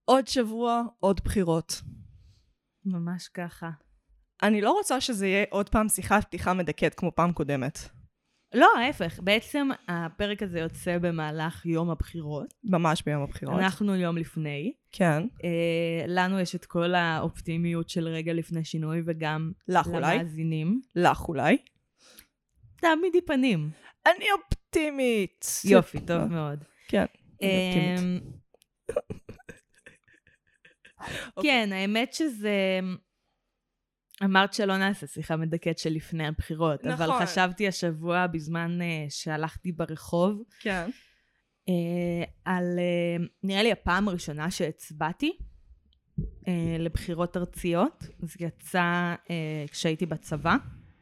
עוד שבוע, עוד בחירות. ממש ככה. אני לא רוצה שזה יהיה עוד פעם שיחת פתיחה מדכאת כמו פעם קודמת. לא, ההפך. בעצם הפרק הזה יוצא במהלך יום הבחירות. ממש ביום הבחירות. אנחנו יום לפני. כן. לנו יש את כל האופטימיות של רגע לפני שינוי, וגם למאזינים. לך אולי. תעמידי פנים. אני אופטימית. יופי, טוב מאוד. כן, אני אופטימית. כן, האמת שזה... אמרת שלא נעשה שיחה מדכאת של לפני הבחירות, נכון. אבל חשבתי השבוע בזמן שהלכתי ברחוב, כן. על נראה לי הפעם הראשונה שהצבעתי לבחירות ארציות. זה יצא כשהייתי בצבא,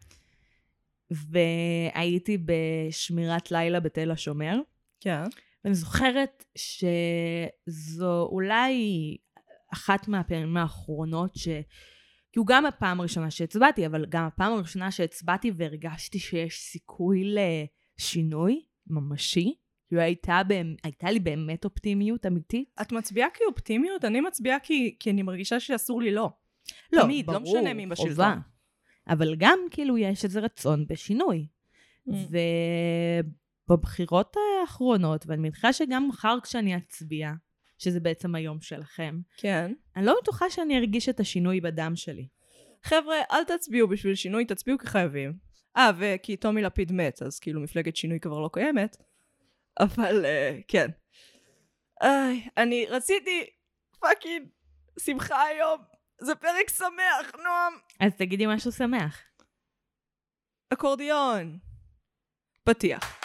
והייתי בשמירת לילה בתל השומר. כן. ואני זוכרת שזו אולי אחת מהפעמים האחרונות כי הוא גם הפעם הראשונה שהצבעתי, אבל גם הפעם הראשונה שהצבעתי והרגשתי שיש סיכוי לשינוי ממשי. הייתה לי באמת אופטימיות אמיתית. את מצביעה כאופטימיות? אני מצביעה כי אני מרגישה שאסור לי לא. לא, תמיד, ברור, לא משנה מי בשלטון. חובה. אבל גם כאילו יש איזה רצון בשינוי. ובבחירות האחרונות, ואני מניחה שגם מחר כשאני אצביע, שזה בעצם היום שלכם, כן. אני לא בטוחה שאני ארגיש את השינוי בדם שלי. חבר'ה, אל תצביעו בשביל שינוי, תצביעו כחייבים. וכי תומי לפיד מת, אז כאילו מפלגת שינוי כבר לא קיימת. אבל כן. אני רציתי פאקינג שמחה היום. זה פרק שמח, נועם. אז תגידי משהו שמח. אקורדיון. פתיח.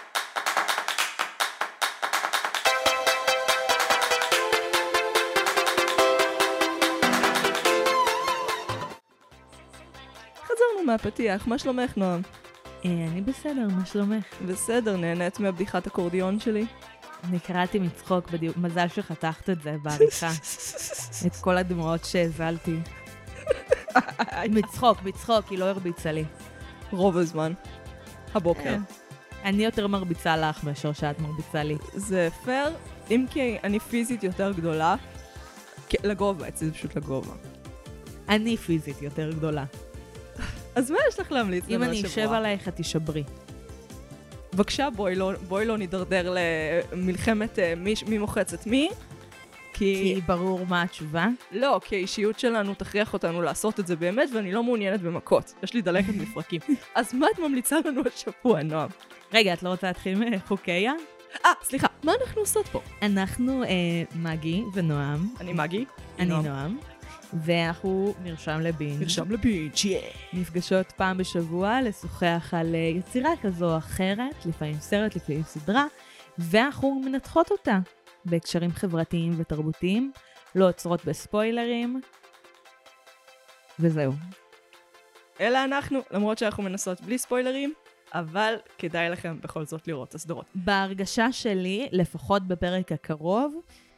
חזרנו מהפתיח, מה שלומך נועם? אני בסדר, מה שלומך? בסדר, נהנית מהבדיחת אקורדיון שלי? אני קראתי מצחוק בדיוק, מזל שחתכת את זה בעריכה. את כל הדמעות שהזלתי. מצחוק, היא לא הרביצה לי. רוב הזמן. הבוקר. אני יותר מרביצה לך מאשר שאת מרביצה לי. זה פייר, אם כי אני פיזית יותר גדולה. לגובה, אצלי זה פשוט לגובה. אני פיזית יותר גדולה. אז מה יש לך להמליץ לנו השבוע? אם אני אשב עלייך, את תשברי. בבקשה, בואי לא נדרדר למלחמת מי מוחץ את מי. כי ברור מה התשובה? לא, כי האישיות שלנו תכריח אותנו לעשות את זה באמת, ואני לא מעוניינת במכות. יש לי דלקת מפרקים. אז מה את ממליצה לנו השבוע, נועם? רגע, את לא רוצה להתחיל מחוקיה? סליחה, מה אנחנו עושות פה? אנחנו מגי ונועם. אני מגי. אני נועם. ואנחנו מרשם לבינג'. מרשם לבינג', נפגשות פעם בשבוע לשוחח על יצירה כזו או אחרת, לפעמים סרט, לפעמים סדרה, ואנחנו מנתחות אותה בהקשרים חברתיים ותרבותיים, לא עוצרות בספוילרים, וזהו. אלה אנחנו, למרות שאנחנו מנסות בלי ספוילרים, אבל כדאי לכם בכל זאת לראות את הסדרות. בהרגשה שלי, לפחות בפרק הקרוב,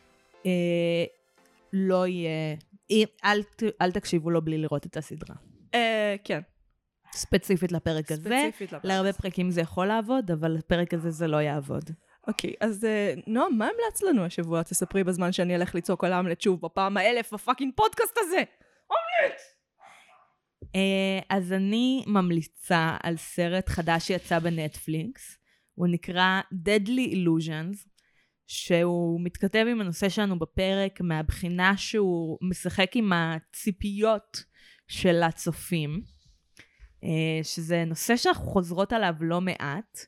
לא יהיה... אל תקשיבו לו בלי לראות את הסדרה. כן. ספציפית לפרק הזה. להרבה פרקים זה יכול לעבוד, אבל לפרק הזה זה לא יעבוד. אוקיי, אז נועם, מה המלץ לנו השבוע? תספרי בזמן שאני אלך לצעוק על המלט שוב בפעם ה-1000 בפאקינג פודקאסט הזה. המלט! אז אני ממליצה על סרט חדש שיצא בנטפליקס. הוא נקרא Deadly Illusions. שהוא מתכתב עם הנושא שלנו בפרק מהבחינה שהוא משחק עם הציפיות של הצופים, שזה נושא שאנחנו חוזרות עליו לא מעט.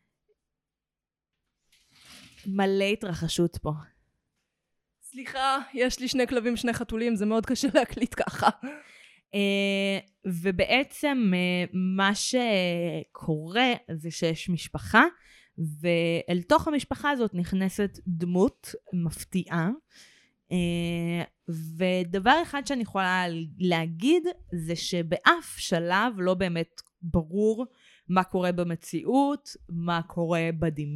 מלא התרחשות פה. סליחה, יש לי 2 כלבים, 2 חתולים, זה מאוד קשה להקליט ככה. ובעצם מה שקורה זה שיש משפחה, ואל תוך המשפחה הזאת נכנסת דמות מפתיעה, ודבר אחד שאני יכולה להגיד זה שבאף שלב לא באמת ברור מה קורה במציאות, מה קורה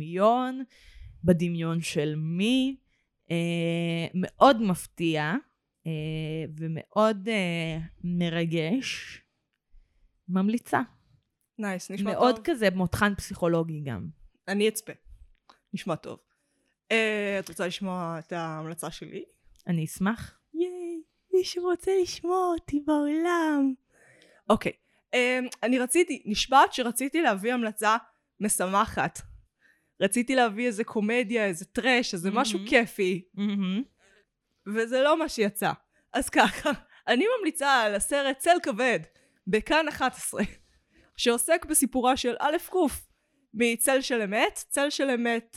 בדמיון של מי, מאוד מפתיע ומאוד מרגש, ממליצה. נייס, נשמע טוב. מאוד כזה מותחן פסיכולוגי גם. אני אצפה. נשמע טוב. את רוצה לשמוע את ההמלצה שלי? אני אשמח. ייי, מישהו רוצה לשמוע אותי בעולם. אוקיי, נשבעת שרציתי להביא המלצה משמחת. רציתי להביא איזה קומדיה, איזה טרש, איזה משהו כיפי. וזה לא מה שיצא. אז ככה, אני ממליצה על הסרט צל כבד, בכאן 11, שעוסק בסיפורה של א' קוף, מצל של אמת. צל של אמת,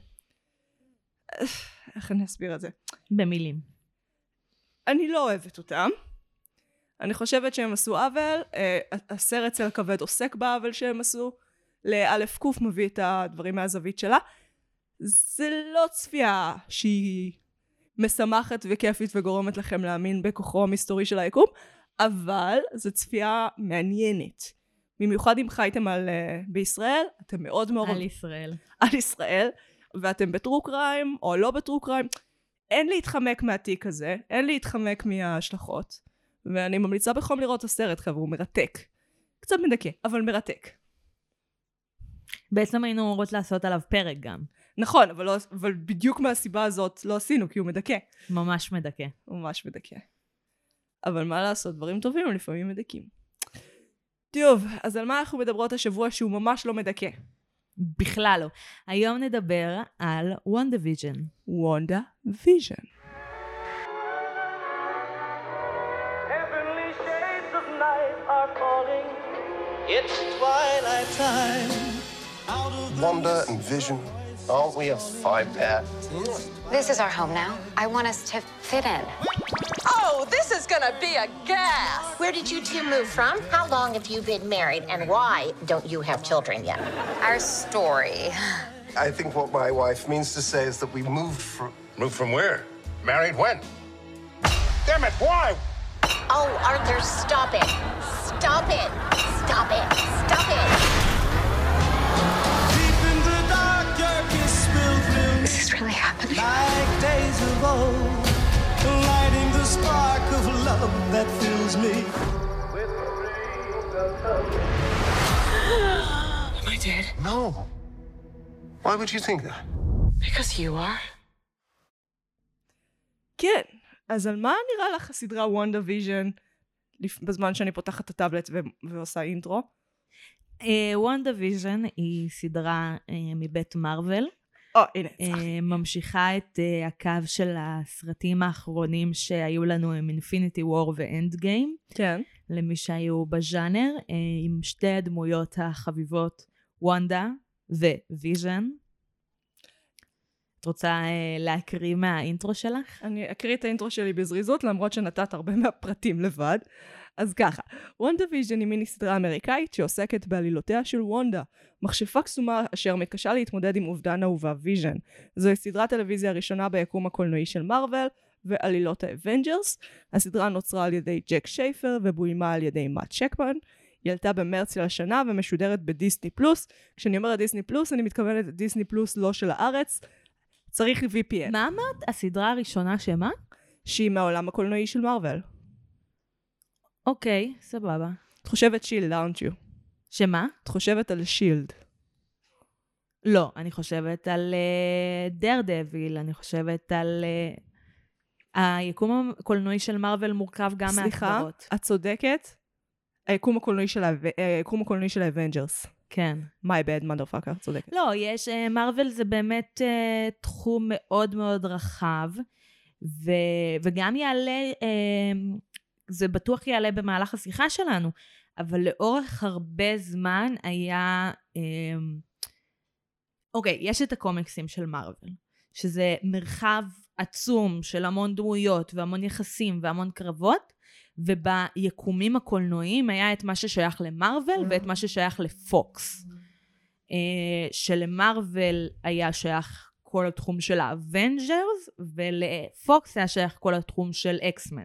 איך אני אסביר את זה? במילים. אני לא אוהבת אותם. אני חושבת שהם עשו עוול. הסרט צל כבד עוסק בעוול שהם עשו. לאלף קוף מביא את הדברים מהזווית שלה. זה לא צפייה שהיא משמחת וכיפית וגורמת לכם להאמין בכוחו המסתורי של היקום, אבל זו צפייה מעניינת. במיוחד אם חייתם בישראל, אתם מאוד מאוד... על ישראל, ואתם בטרו קריים או לא בטרו קריים. אין להתחמק מהתיק הזה, אין להתחמק מההשלכות, ואני ממליצה בחום לראות את הסרט, חבר'ה, הוא מרתק. קצת מדכא, אבל מרתק. בעצם היינו אמורות לעשות עליו פרק גם. נכון, אבל בדיוק מהסיבה הזאת לא עשינו, כי הוא מדכא. ממש מדכא. ממש מדכא. אבל מה לעשות, דברים טובים הם לפעמים מדכאים. טוב, אז על מה אנחנו מדברות השבוע שהוא ממש לא מדכא? בכלל לא. היום נדבר על WandaVision. WandaVision. Heavenly shades of night are calling. It's twilight time. Wanda and Vision, aren't we a five-pair? This is our home now. I want us to fit in. Oh, this is gonna be a gas! Where did you two move from? How long have you been married? And why don't you have children yet? Our story. I think what my wife means to say is that we moved from... Moved from where? Married when? Damn it, why? Oh, Arthur, stop it. Stop it. Stop it. Stop it. Deep in the dark, darkness will thrill This is really happening. like days of old, lighting the spark of love that fills me with dreams of love. Am I dead? No. Why would you think that? Because you are. כן, אז על מה נראה לך הסדרה WandaVision בזמן שאני פותחת את הטאבלט ועושה אינטרו? WandaVision היא סדרה מבית מרוול. הנה, הצלחתי. ממשיכה את הקו של הסרטים האחרונים שהיו לנו עם Infinity War ו-End Game. כן. למי שהיו בז'אנר, עם שתי הדמויות החביבות, וונדה וויז'ן. את רוצה להקריא מהאינטרו שלך? אני אקריא את האינטרו שלי בזריזות, למרות שנתת הרבה מהפרטים לבד. אז ככה, WandaVision היא מיני סדרה אמריקאית שעוסקת בעלילותיה של וונדה, מכשפה קסומה אשר מתקשה להתמודד עם אובדן אהובה ויז'ן. זוהי סדרת טלוויזיה הראשונה ביקום הקולנועי של מארוול ועלילות האבנג'רס. הסדרה נוצרה על ידי ג'ק שייפר ובוימה על ידי מאט שקמן. היא עלתה במרץ של השנה ומשודרת בדיסני פלוס. כשאני אומרת דיסני פלוס, אני מתכוונת דיסני פלוס לא של הארץ. צריך VPN. מה אמרת? הסדרה הראשונה שמה? שהיא מהעולם הקולנועי של מארוול. אוקיי, סבבה. את חושבת שילד, aren't you? שמה? את חושבת על שילד. לא, אני חושבת על דרדביל, אני חושבת על... היקום הקולנועי של מארוול מורכב גם מהסדרות. סליחה, את צודקת. היקום הקולנועי של האבנג'רס. כן. My bad, motherfucker, צודקת. לא, יש, מארוול זה באמת תחום מאוד מאוד רחב, וגם יעלה, זה בטוח יעלה במהלך השיחה שלנו, אבל לאורך הרבה זמן היה, אוקיי, יש את הקומיקסים של מארוול, שזה מרחב עצום של המון דמויות והמון יחסים והמון קרבות, וביקומים הקולנועיים היה את מה ששייך למארוול ואת מה ששייך לפוקס. שלמארוול היה שייך כל התחום של האבנג'רס, ולפוקס היה שייך כל התחום של אקסמן.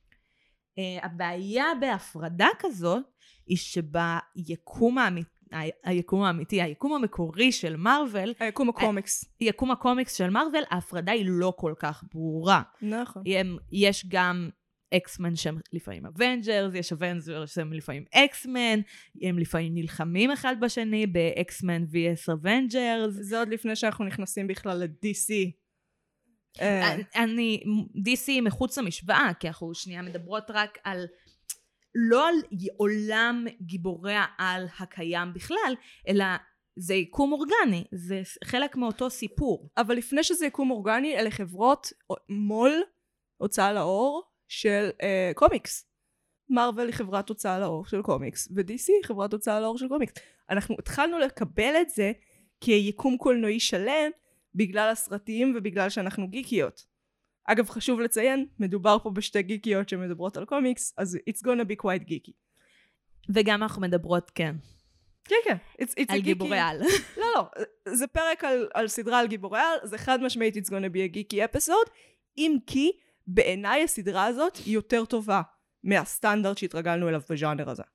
הבעיה בהפרדה כזאת, היא שביקום האמיתי, היקום המקורי של מארוול, יקום הקומיקס של מארוול, ההפרדה היא לא כל כך ברורה. נכון. יש גם אקסמן שהם לפעמים אבנג'רס, יש אבנג'רס שהם לפעמים אקסמן, הם לפעמים נלחמים אחד בשני באקסמן vs אבנג'רס. זה עוד לפני שאנחנו נכנסים בכלל ל-DC DC מחוץ למשוואה, כי אנחנו שנייה מדברות רק על, לא על עולם גיבורי העל הקיים בכלל, אלא זה יקום אורגני, זה חלק מאותו סיפור. אבל לפני שזה יקום אורגני, אלה חברות מול הוצאה לאור של קומיקס. מרוול היא חברת הוצאה לאור של קומיקס, ו-DC היא חברת הוצאה לאור של קומיקס. אנחנו התחלנו לקבל את זה כיקום קולנועי שלם, בגלל הסרטים ובגלל שאנחנו גיקיות. אגב, חשוב לציין, מדובר פה בשתי גיקיות שמדברות על קומיקס, אז it's gonna be quite geeky. וגם אנחנו מדברות, כן. כן, כן. על גיבורי על. לא, זה פרק על סדרה על גיבורי על, זה חד משמעית it's gonna be a geeky episode, אם כי בעיניי הסדרה הזאת היא יותר טובה מהסטנדרט שהתרגלנו אליו בז'אנר הזה.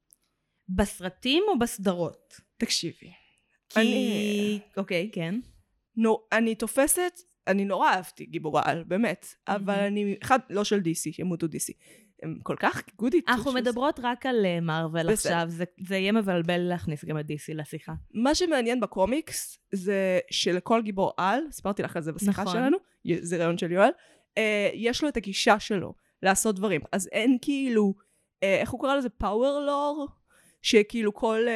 בסרטים או בסדרות? תקשיבי. אוקיי, כן. אני תופסת, אני נורא אהבתי גיבורי על, באמת, אבל אני, לא של DC, ימותו DC. הם כל כך גודי. אנחנו מדברות רק על מרוול עכשיו, זה יהיה מבלבל להכניס גם את DC לשיחה. מה שמעניין בקומיקס, זה שלכל גיבור על, סיפרתי לך על זה בשיחה שלנו, זה רעיון של יואל, יש לו את הגישה שלו לעשות דברים. אז אין כאילו, איך הוא קורא לזה? פאוור לור? שכאילו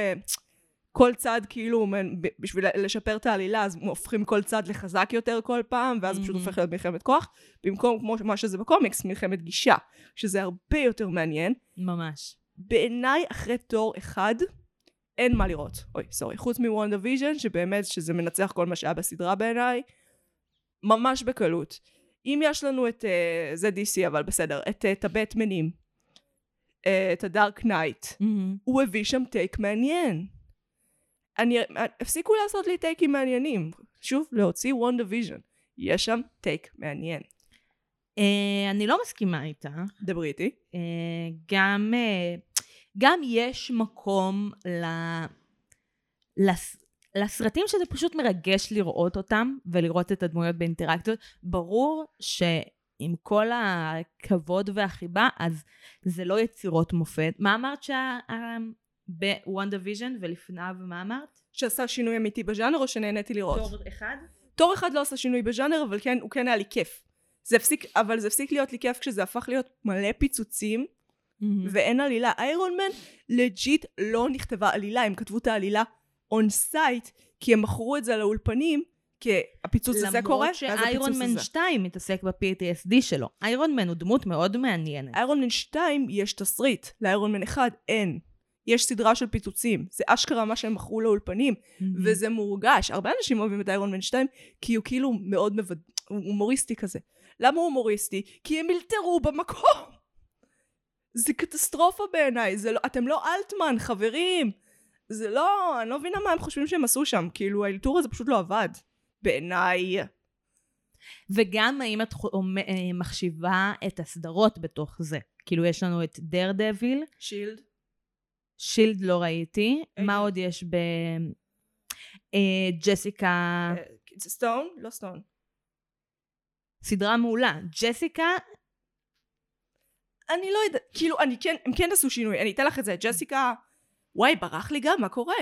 כל צד כאילו, בשביל לשפר את העלילה, אז הופכים כל צד לחזק יותר כל פעם, ואז פשוט הופך להיות מלחמת כוח, במקום כמו מה שזה בקומיקס, מלחמת גישה, שזה הרבה יותר מעניין. ממש. בעיניי, אחרי תור אחד, אין מה לראות. חוץ מוונדה ויז'ן, שבאמת שזה מנצח כל מה שהיה בסדרה בעיניי, ממש בקלות. אם יש לנו את, זה DC, אבל בסדר, את הבטמנים, את הדארק נייט, הוא הביא שם טייק מעניין. הפסיקו לעשות לי טייקים מעניינים. שוב, להוציא וונדה ויז'ן. יש שם טייק מעניין. אני לא מסכימה איתה. דברי איתי. גם יש מקום לסרטים שזה פשוט מרגש לראות אותם, ולראות את הדמויות באינטראקציות. ברור שעם כל הכבוד והחיבה, אז זה לא יצירות מופת. מה אמרת בוונדה ויז'ן, ולפניו מה אמרת? שעשה שינוי אמיתי בז'אנר, או שנהניתי לראות? תור אחד? תור אחד לא עשה שינוי בז'אנר, אבל כן, הוא כן היה לי כיף. אבל זה הפסיק להיות לי כיף כשזה הפך להיות מלא פיצוצים, ואין עלילה. איירון מן לג'יט לא נכתבה עלילה, הם כתבו את העלילה און סייט, כי הם מכרו את זה לאולפנים, כי הפיצוץ הזה קורה, למרות שאיירון מן 2 מתעסק ב-PTSD שלו. איירון מן הוא דמות מאוד מעניינת. איירון מן 2 יש תסריט, לאיירון מן 1 אין. יש סדרה של פיצוצים, זה אשכרה מה שהם מכרו לאולפנים, וזה מורגש. הרבה אנשים אוהבים את איירון מן 2, כי הוא כאילו מאוד הומוריסטי כזה. למה הוא הומוריסטי? כי הם מלתרו במקום. זה קטסטרופה בעיניי, אתם לא אלטמן, חברים. זה לא, אני לא מבינה מה הם חושבים שהם עשו שם, כאילו האלתור הזה פשוט לא עבד. בעיניי. וגם האם את מחשיבה את הסדרות בתוך זה? כאילו יש לנו את דרדביל. שילד. שילד לא ראיתי. מה עוד יש ג'סיקה? סטון? לא סטון. סדרה מעולה. ג'סיקה? אני לא יודעת, כאילו, הם כן עשו שינוי, אני אתן לך את זה, ג'סיקה, וואי, ברח לי גם, מה קורה?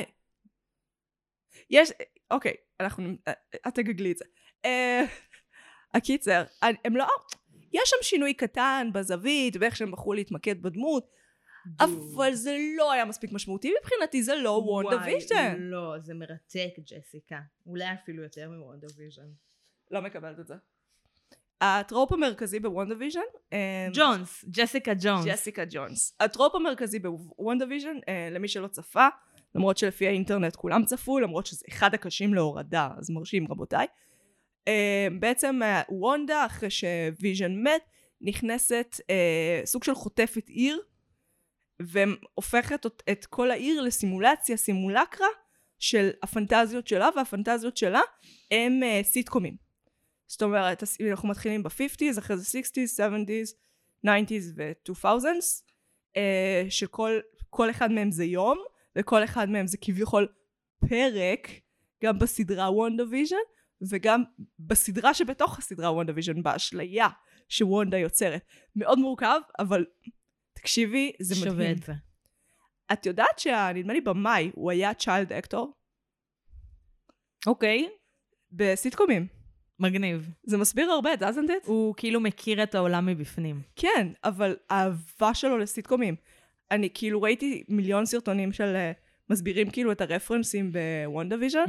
אוקיי, את תגגלי את זה. הקיצר, הם לא, יש שם שינוי קטן בזווית, ואיך שהם בחרו להתמקד בדמות, אבל זה לא היה מספיק משמעותי, מבחינתי זה לא וונדה ויז'ן. לא, זה מרתק ג'סיקה, אולי אפילו יותר מוונדה ויז'ן. לא מקבלת את זה. הטרופ המרכזי בוונדה ויז'ן, ג'ונס, ג'סיקה ג'ונס. ג'סיקה ג'ונס. הטרופ המרכזי בוונדה ויז'ן, למי שלא צפה, למרות שלפי האינטרנט כולם צפו, למרות שזה אחד הקשים להורדה, אז מרשים רבותיי. בעצם וונדה, אחרי שוויז'ן מת, נכנסת סוג של חוטפת עיר, והופכת את כל העיר לסימולציה, סימולקרה של הפנטזיות שלה, והפנטזיות שלה הם סיטקומים. זאת אומרת, אנחנו מתחילים ב-50s, אחרי זה 60s, 70s, 90s ו-2000s, שכל אחד מהם זה יום, וכל אחד מהם זה כביכול פרק, גם בסדרה וונדה ויז'ן, וגם בסדרה שבתוך הסדרה וונדה ויז'ן, באשליה שוונדה יוצרת. מאוד מורכב, אבל תקשיבי, זה מדהים. שווה את זה. את יודעת שנדמה לי במאי, הוא היה צ'יילד אקטור? אוקיי. בסיטקומים. מגניב. זה מסביר הרבה, doesn't it? הוא כאילו מכיר את העולם מבפנים. כן, אבל האהבה שלו לסיטקומים. אני כאילו ראיתי מיליון סרטונים של מסבירים כאילו את הרפרנסים בוונדוויז'ן,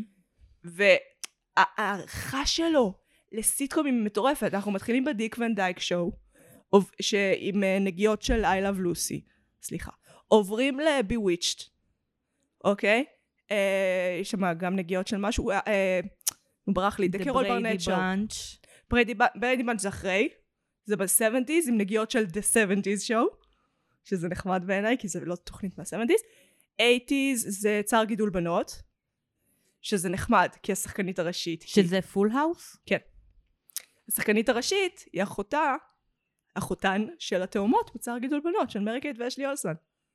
והערכה שלו לסיטקומים היא מטורפת. אנחנו מתחילים בדיק ון דייק שואו, עם נגיעות של I Love Lucy, סליחה. עוברים ל-Bewitched, אוקיי? יש שם גם נגיעות של משהו, הוא ברח לי, דקרול ברנט שואו. בריידי בנץ' זה אחרי, זה ב-70s עם נגיעות של The 70s שואו, שזה נחמד בעיניי, כי זה לא תוכנית מה-70s. 80s זה צער גידול בנות, שזה נחמד, כי השחקנית הראשית. שזה פול האוס? כן. השחקנית הראשית היא אחותן של התאומות בצער גידול בנות, של מרי קייט ואשלי אולסן.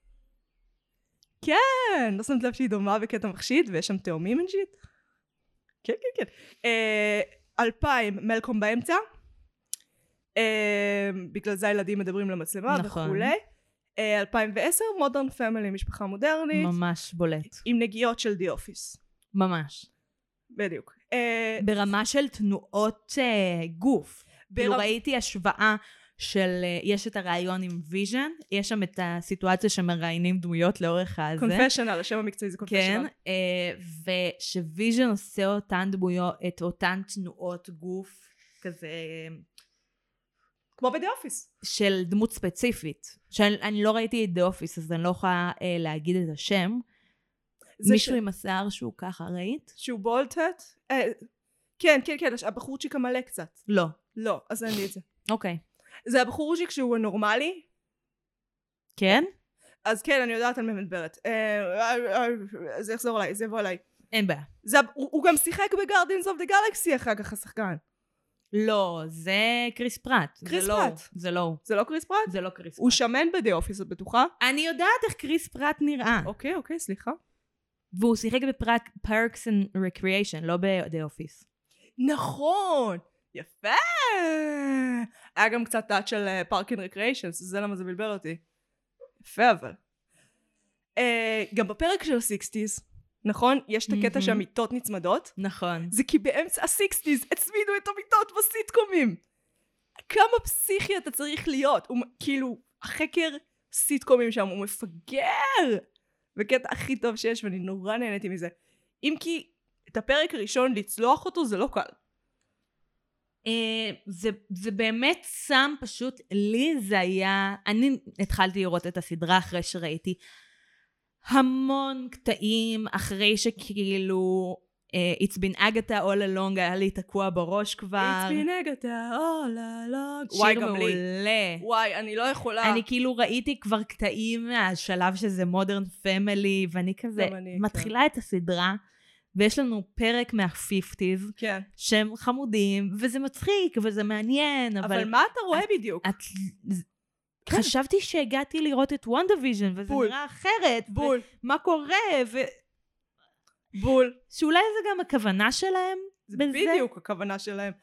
כן, לא שמת לב שהיא דומה בקטע מחשיד, ויש שם תאומים אנשית? כן, כן, כן. 2000, מלקום באמצע. בגלל זה הילדים מדברים למצלמה וכולי. 2010, מודרן פמילי, משפחה מודרנית. ממש בולט. עם נגיעות של די אופיס. ממש. בדיוק. ברמה של תנועות גוף. כאילו ראיתי השוואה של, יש את הרעיון עם ויז'ן, יש שם את הסיטואציה שמראיינים דמויות לאורך הזה. קונפשיונל, השם המקצועי זה קונפשיונל. כן, ושוויז'ן עושה אותן דמויות, את אותן תנועות גוף, כזה... כמו בדי אופיס. של דמות ספציפית. שאני לא ראיתי את די אופיס, אז אני לא יכולה להגיד את השם. מישהו עם השיער שהוא ככה, ראית? שהוא בולטט? כן, כן, כן, הבחורצ'יק המלא קצת. לא. לא, אז אין לי את זה. אוקיי. זה הבחורצ'יק שהוא נורמלי? כן? אז כן, אני יודעת על מי מדברת. זה יחזור אליי, זה יבוא אליי. אין בעיה. הוא גם שיחק בגארדיאנס אוף דה גלקסי אחר כך השחקן. לא, זה קריס פרט. קריס פרט. זה לא. זה לא קריס פרט? זה לא קריס פרט. הוא שמן בדי אופיס, את בטוחה? אני יודעת איך קריס פרט נראה. אוקיי, אוקיי, סליחה. והוא שיחק בפארקס אנד רקריאשן, לא בדי אופיס. נכון! יפה! היה גם קצת טאט של פארק אנד רקריאשן, זה למה זה בלבל אותי. יפה אבל. גם בפרק של ה-60s, נכון? יש את הקטע שהמיטות נצמדות. נכון. זה כי באמצע ה-60s הצמידו את המיטות בסיטקומים. כמה פסיכי אתה צריך להיות. כאילו, החקר סיטקומים שם הוא מפגר. בקטע הכי טוב שיש, ואני נורא נהניתי מזה. אם כי את הפרק הראשון לצלוח אותו זה לא קל. זה באמת שם פשוט, לי זה היה, אני התחלתי לראות את הסדרה אחרי שראיתי המון קטעים, אחרי שכאילו It's been Agatha all along היה לי תקוע בראש כבר. It's been Agatha all along. וואי, גם מעולה. וואי, אני לא יכולה. אני כאילו ראיתי כבר קטעים מהשלב שזה מודרן פמילי, ואני כזה מתחילה את הסדרה, ויש לנו פרק מה-50s, כן. שהם חמודים, וזה מצחיק, וזה מעניין, אבל מה אתה רואה בדיוק? חשבתי שהגעתי לראות את וונדוויז'ן, וזה נראה אחרת. בול. מה קורה, בול. שאולי זה גם הכוונה שלהם? זה בדיוק הכוונה שלהם.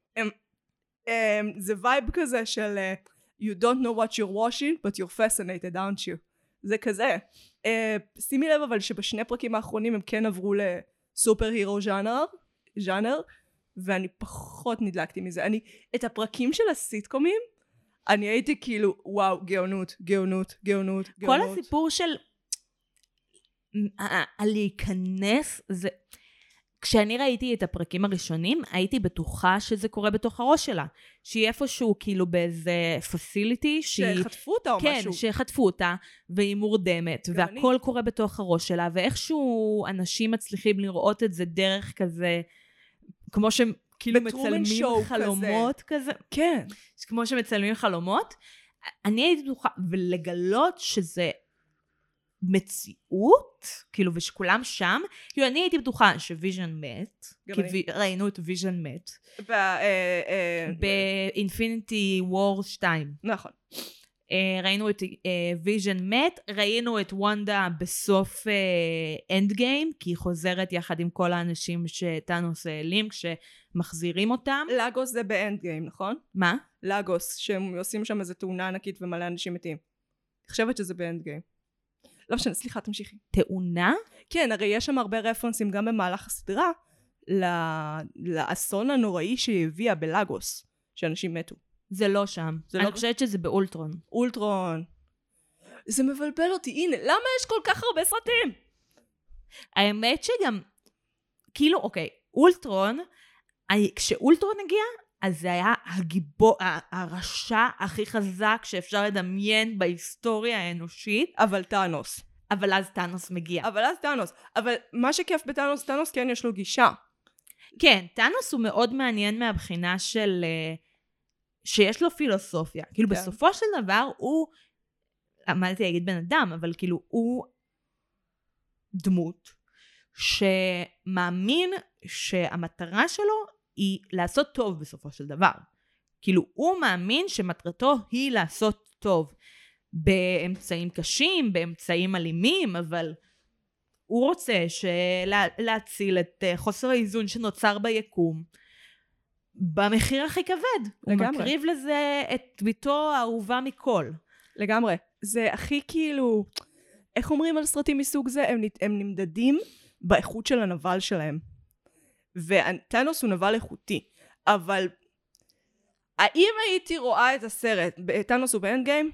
זה וייב כזה של you don't know what you're watching, but you're fascinated, aren't you? זה כזה. שימי לב אבל שבשני פרקים האחרונים הם כן עברו לסופר הירו ז'אנר, ואני פחות נדלקתי מזה. את הפרקים של הסיטקומים, אני הייתי כאילו, וואו, גאונות, גאונות, גאונות, גאונות. כל הסיפור של להיכנס, זה... כשאני ראיתי את הפרקים הראשונים, הייתי בטוחה שזה קורה בתוך הראש שלה. שהיא איפשהו כאילו באיזה פסיליטי, שחטפו אותה או משהו. כן, שחטפו אותה, והיא מורדמת, והכל קורה בתוך הראש שלה, ואיכשהו אנשים מצליחים לראות את זה דרך כזה, כמו שהם כאילו מצלמים חלומות כזה. כן. כמו שמצלמים חלומות. אני הייתי בטוחה, ולגלות שזה מציאות, כאילו, ושכולם שם, כאילו, אני הייתי בטוחה שוויז'ן מת, כי ראינו את ויז'ן מת, באינפיניטי וור 2. נכון. ראינו את ויז'ן מת, ראינו את וונדה בסוף אנד גיים, כי היא חוזרת יחד עם כל האנשים שטאנוס העלים, כשמחזירים אותם. לגוס זה באנד גיים, נכון? מה? לגוס, שהם עושים שם איזו תאונה ענקית ומלא אנשים מתים. אני חושבת שזה באנד גיים. לא משנה, סליחה, תמשיכי. תאונה? כן, הרי יש שם הרבה רפרנסים גם במהלך הסדרה, לאסון הנוראי שהיא הביאה בלאגוס, שאנשים מתו. זה לא שם. אני חושבת שזה באולטרון. אולטרון. זה מבלבל אותי. הנה, למה יש כל כך הרבה סרטים? האמת שגם, כאילו, אוקיי, אולטרון, כשאולטרון הגיע, אז זה היה הרשע הכי חזק שאפשר לדמיין בהיסטוריה האנושית. אבל טאנוס. אבל אז טאנוס מגיע. אבל מה שכיף בטאנוס, טאנוס כן יש לו גישה. כן, טאנוס הוא מאוד מעניין מהבחינה של, שיש לו פילוסופיה. כאילו בסופו של דבר הוא, עמדתי להגיד בן אדם, אבל כאילו הוא דמות שמאמין שהמטרה שלו היא לעשות טוב בסופו של דבר. כאילו הוא מאמין שמטרתו היא לעשות טוב. באמצעים קשים, באמצעים אלימים, אבל הוא רוצה להציל את חוסר האיזון שנוצר ביקום במחיר הכי כבד. לגמרי. הוא מקריב לזה את ביתו האהובה מכל. לגמרי. זה הכי כאילו, איך אומרים על סרטים מסוג זה? הם נמדדים באיכות של הנבל שלהם. וטאנוס הוא נבל איכותי. אבל האם הייתי רואה את הסרט בטאנוס ובאנד גיים?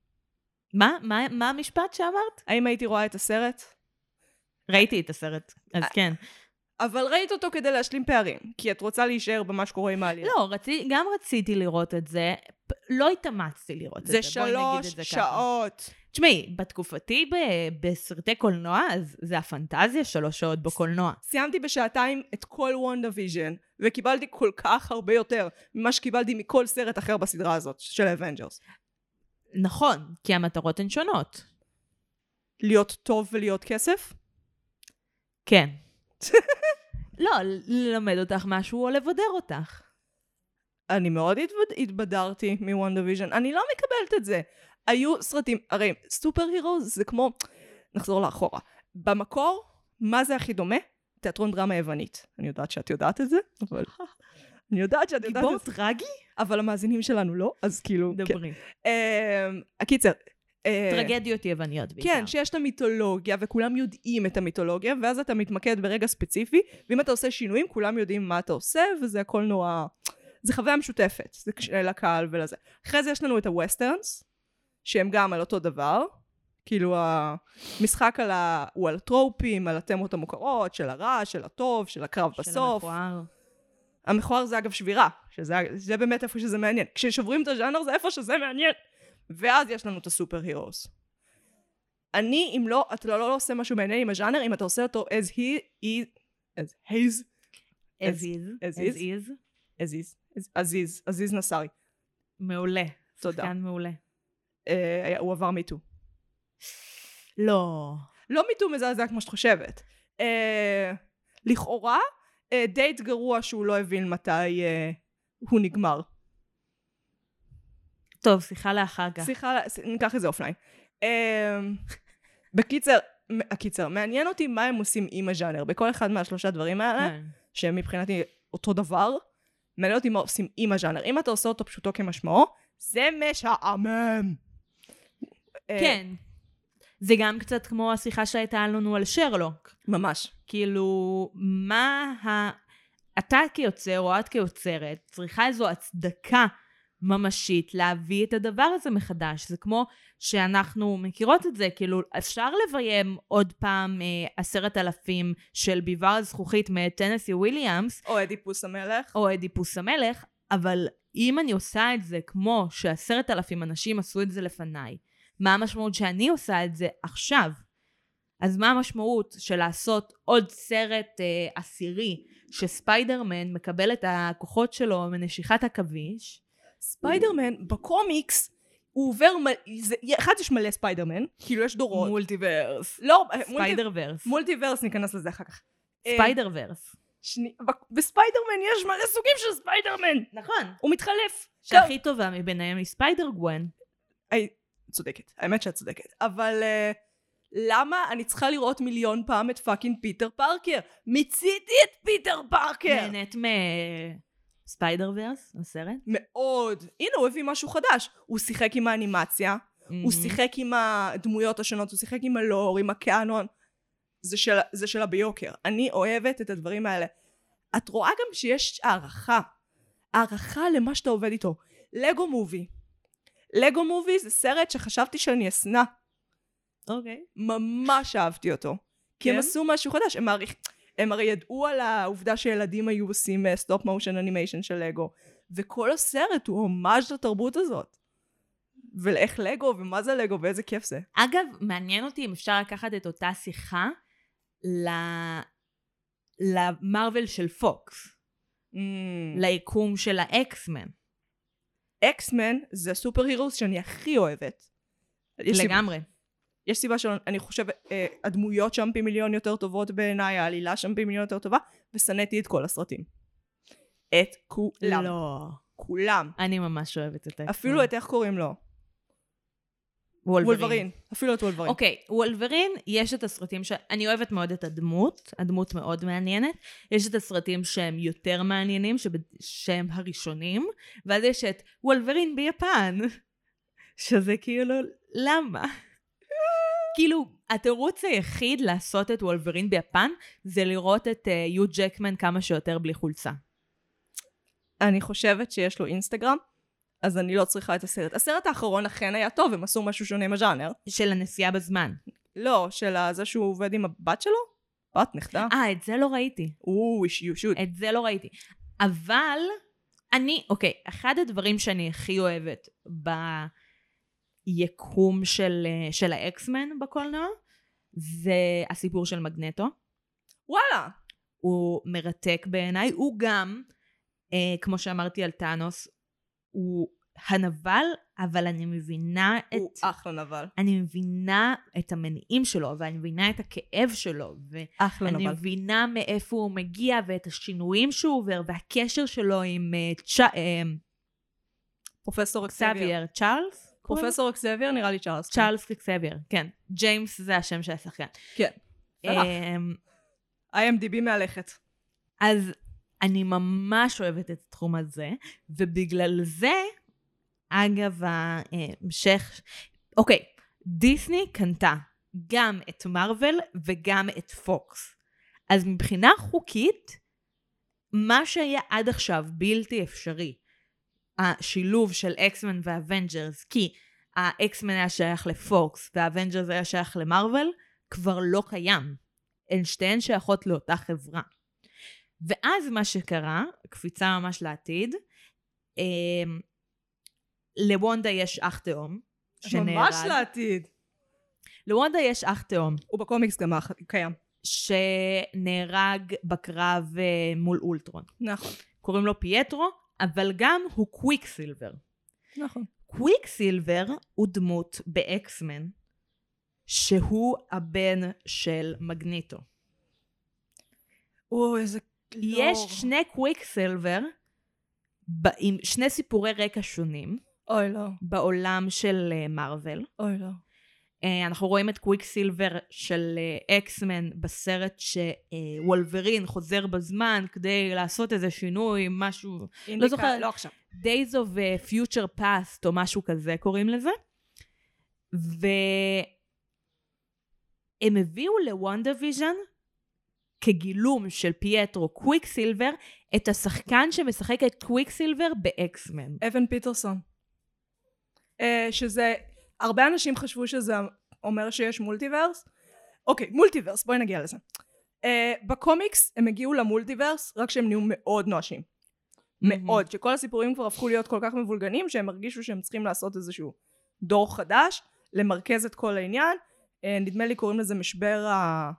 מה המשפט שאמרת? האם הייתי רואה את הסרט? ראיתי את הסרט, אז כן. אבל ראית אותו כדי להשלים פערים, כי את רוצה להישאר במה שקורה עם העלייה. לא, גם רציתי לראות את זה, לא התאמצתי לראות את זה. זה 3 שעות. תשמעי, בתקופתי בסרטי קולנוע, אז זה הפנטזיה 3 שעות בקולנוע. סיימתי בשעתיים את כל WandaVision, וקיבלתי כל כך הרבה יותר ממה שקיבלתי מכל סרט אחר בסדרה הזאת, של Avengers. נכון, כי המטרות הן שונות. להיות טוב ולהיות כסף? כן. לא, ללמד אותך משהו או לבדר אותך. אני מאוד התבדרתי מוונדוויז'ן. אני לא מקבלת את זה. היו סרטים, הרי סופר הירו זה כמו, נחזור לאחורה. במקור, מה זה הכי דומה? תיאטרון דרמה יוונית. אני יודעת שאת יודעת את זה, אבל... אני יודעת שאת יודעת את זה. גיבור טרגי? אבל המאזינים שלנו לא, אז כאילו... דברי. הקיצר. טרגדיות יווניות בעיקר. כן, שיש את המיתולוגיה, וכולם יודעים את המיתולוגיה, ואז אתה מתמקד ברגע ספציפי, ואם אתה עושה שינויים, כולם יודעים מה אתה עושה, וזה הכל נורא... זה חוויה משותפת, זה לקהל ולזה. אחרי זה יש לנו את הווסטרנס, שהם גם על אותו דבר, כאילו המשחק הוא על טרופים, על התמות המוכרות, של הרע, של הטוב, של הקרב בסוף. של המכוער. המכוער זה אגב שבירה, שזה באמת איפה שזה מעניין. כששוברים את הז'אנר זה איפה שזה מעניין. ואז יש לנו את הסופר הירוס. אם לא, אתה לא עושה משהו מעניין עם הז'אנר, אם אתה עושה אותו עזיז נסארי. מעולה. תודה. שחקן מעולה. הוא עבר מיטו. לא. לא מיטו מזעזע כמו שאת חושבת. לכאורה, דייט גרוע שהוא לא הבין מתי הוא נגמר. טוב, שיחה לאחר כך. ניקח איזה אופליין. בקיצר, מעניין אותי מה הם עושים עם הז'אנר. בכל אחד מהשלושה דברים האלה, שהם מבחינתי אותו דבר, מעניין אותי מה עושים עם הז'אנר. אם אתה עושה אותו פשוטו כמשמעו, זה משעמם. כן. זה גם קצת כמו השיחה שהייתה לנו על שרלוק. ממש. כאילו, אתה כיוצר או את כיוצרת צריכה איזו הצדקה ממשית להביא את הדבר הזה מחדש. זה כמו שאנחנו מכירות את זה, כאילו אפשר לביים עוד פעם 10,000 של ביבר הזכוכית מטנסי וויליאמס. או אדיפוס המלך. אבל אם אני עושה את זה כמו ש10,000 אנשים עשו את זה לפניי, מה המשמעות שאני עושה את זה עכשיו? אז מה המשמעות של לעשות עוד סרט עשירי שספיידרמן מקבל את הכוחות שלו מנשיכת עכביש? ספיידרמן בקומיקס הוא עובר, אחד יש מלא ספיידרמן, כאילו יש דורות. מולטיברס. לא, ספיידרוורס. מולטיברס, ניכנס לזה אחר כך. ספיידרוורס. בספיידרמן יש מלא סוגים של ספיידרמן. נכון. הוא מתחלף. שהכי טובה מביניהם היא ספיידר גוון. צודקת, האמת שאת צודקת. אבל למה אני צריכה לראות מיליון פעם את פאקינג פיטר פארקר? מיציתי את פיטר פארקר. נהנית ספיידרוורס, הסרט? מאוד. הנה, הוא הביא משהו חדש. הוא שיחק עם האנימציה, הוא שיחק עם הדמויות השונות, הוא שיחק עם הלור, עם הקאנון. זה שלה ביוקר. אני אוהבת את הדברים האלה. את רואה גם שיש הערכה למה שאתה עובד איתו. לגו מובי. לגו מובי זה סרט שחשבתי שאני אסנע. אוקיי. ממש אהבתי אותו. כי הם עשו משהו חדש. הם הרי ידעו על העובדה שילדים היו עושים סטופ מושן אנימיישן של לגו. וכל הסרט הוא הומאז' לתרבות הזאת. ולאיך לגו, ומה זה לגו, ואיזה כיף זה. אגב, מעניין אותי אם אפשר לקחת את אותה שיחה למרוול של פוקס. ליקום של האקסמן. אקסמן זה סופר הירוס שאני הכי אוהבת. לגמרי. יש סיבה שאני חושבת, הדמויות שם פי מיליון יותר טובות בעיניי, העלילה שם פי מיליון יותר טובה, ושנאתי את כל הסרטים. את כולם. לא. כולם. אני ממש אוהבת את האקסמן. אפילו את איך קוראים לו? וולברין. אפילו את וולברין. אוקיי, וולברין, יש את הסרטים אני אוהבת מאוד את הדמות מאוד מעניינת. יש את הסרטים שהם יותר מעניינים, שהם הראשונים, ואז יש את וולברין ביפן, שזה כאילו, למה? כאילו, התירוץ היחיד לעשות את וולברין ביפן, זה לראות את יו ג'קמן כמה שיותר בלי חולצה. אני חושבת שיש לו אינסטגרם, אז אני לא צריכה את הסרט. הסרט האחרון אכן היה טוב, הם עשו משהו שונה מהז'אנר. של הנסיעה בזמן. לא, של זה שהוא עובד עם הבת שלו? בת נכדה. את זה לא ראיתי. את זה לא ראיתי. אבל, אוקיי, אחד הדברים שאני הכי אוהבת ביקום של האקסמן בקולנוע, זה הסיפור של מגנטו. וואלה. הוא מרתק בעיניי, הוא גם, כמו שאמרתי על טאנוס, הוא הנבל, אבל אני מבינה הוא אחלה נבל. אני מבינה את המניעים שלו, ואני מבינה את הכאב שלו, ואני מבינה מאיפה הוא מגיע, ואת השינויים שהוא עובר, והקשר שלו עם פרופסור אקסבייר. צ'ארלס? פרופסור אקסבייר, נראה לי צ'ארלס. צ'ארלס אקסבייר, כן. ג'יימס זה השם של השחקן. כן. IMDb מהלכת. אז אני ממש אוהבת את התחום הזה, ובגלל זה, אגב, ההמשך, אוקיי, דיסני קנתה גם את מרוול וגם את פוקס. אז מבחינה חוקית, מה שהיה עד עכשיו בלתי אפשרי, השילוב של אקסמן ואבנג'רס, כי האקסמן היה שייך לפוקס והאבנג'רס היה שייך למרוול, כבר לא קיים. הן שתיהן שייכות לאותה חברה. ואז מה שקרה, קפיצה ממש לעתיד, לוונדה יש אח תאום, שנהרג. ממש לעתיד. לוונדה יש אח תאום. הוא בקומיקס גם קיים. שנהרג בקרב מול אולטרון. נכון. קוראים לו פייטרו, אבל גם הוא קוויקסילבר. נכון. קוויקסילבר הוא דמות באקסמן, שהוא הבן של מגניטו. איזה... יש שני קוויקסילבר, עם שני סיפורי רקע שונים. אוי לא. בעולם של מרוול. אוי לא. אנחנו רואים את קוויקסילבר של אקסמן בסרט שוולברין חוזר בזמן כדי לעשות איזה שינוי, משהו, לא זוכר, לא עכשיו. Days of Future Past או משהו כזה קוראים לזה. והם הביאו לוונדה ויז'ן כגילום של פייטרו קוויקסילבר את השחקן שמשחק את קוויקסילבר באקסמן. אבן פיטרסון. שזה, הרבה אנשים חשבו שזה אומר שיש מולטיברס. אוקיי, מולטיברס, בואי נגיע לזה. בקומיקס הם הגיעו למולטיברס רק שהם נהיו מאוד נואשים. מאוד, שכל הסיפורים כבר הפכו להיות כל כך מבולגנים שהם הרגישו שהם צריכים לעשות איזשהו דור חדש, למרכז את כל העניין. נדמה לי קוראים לזה משבר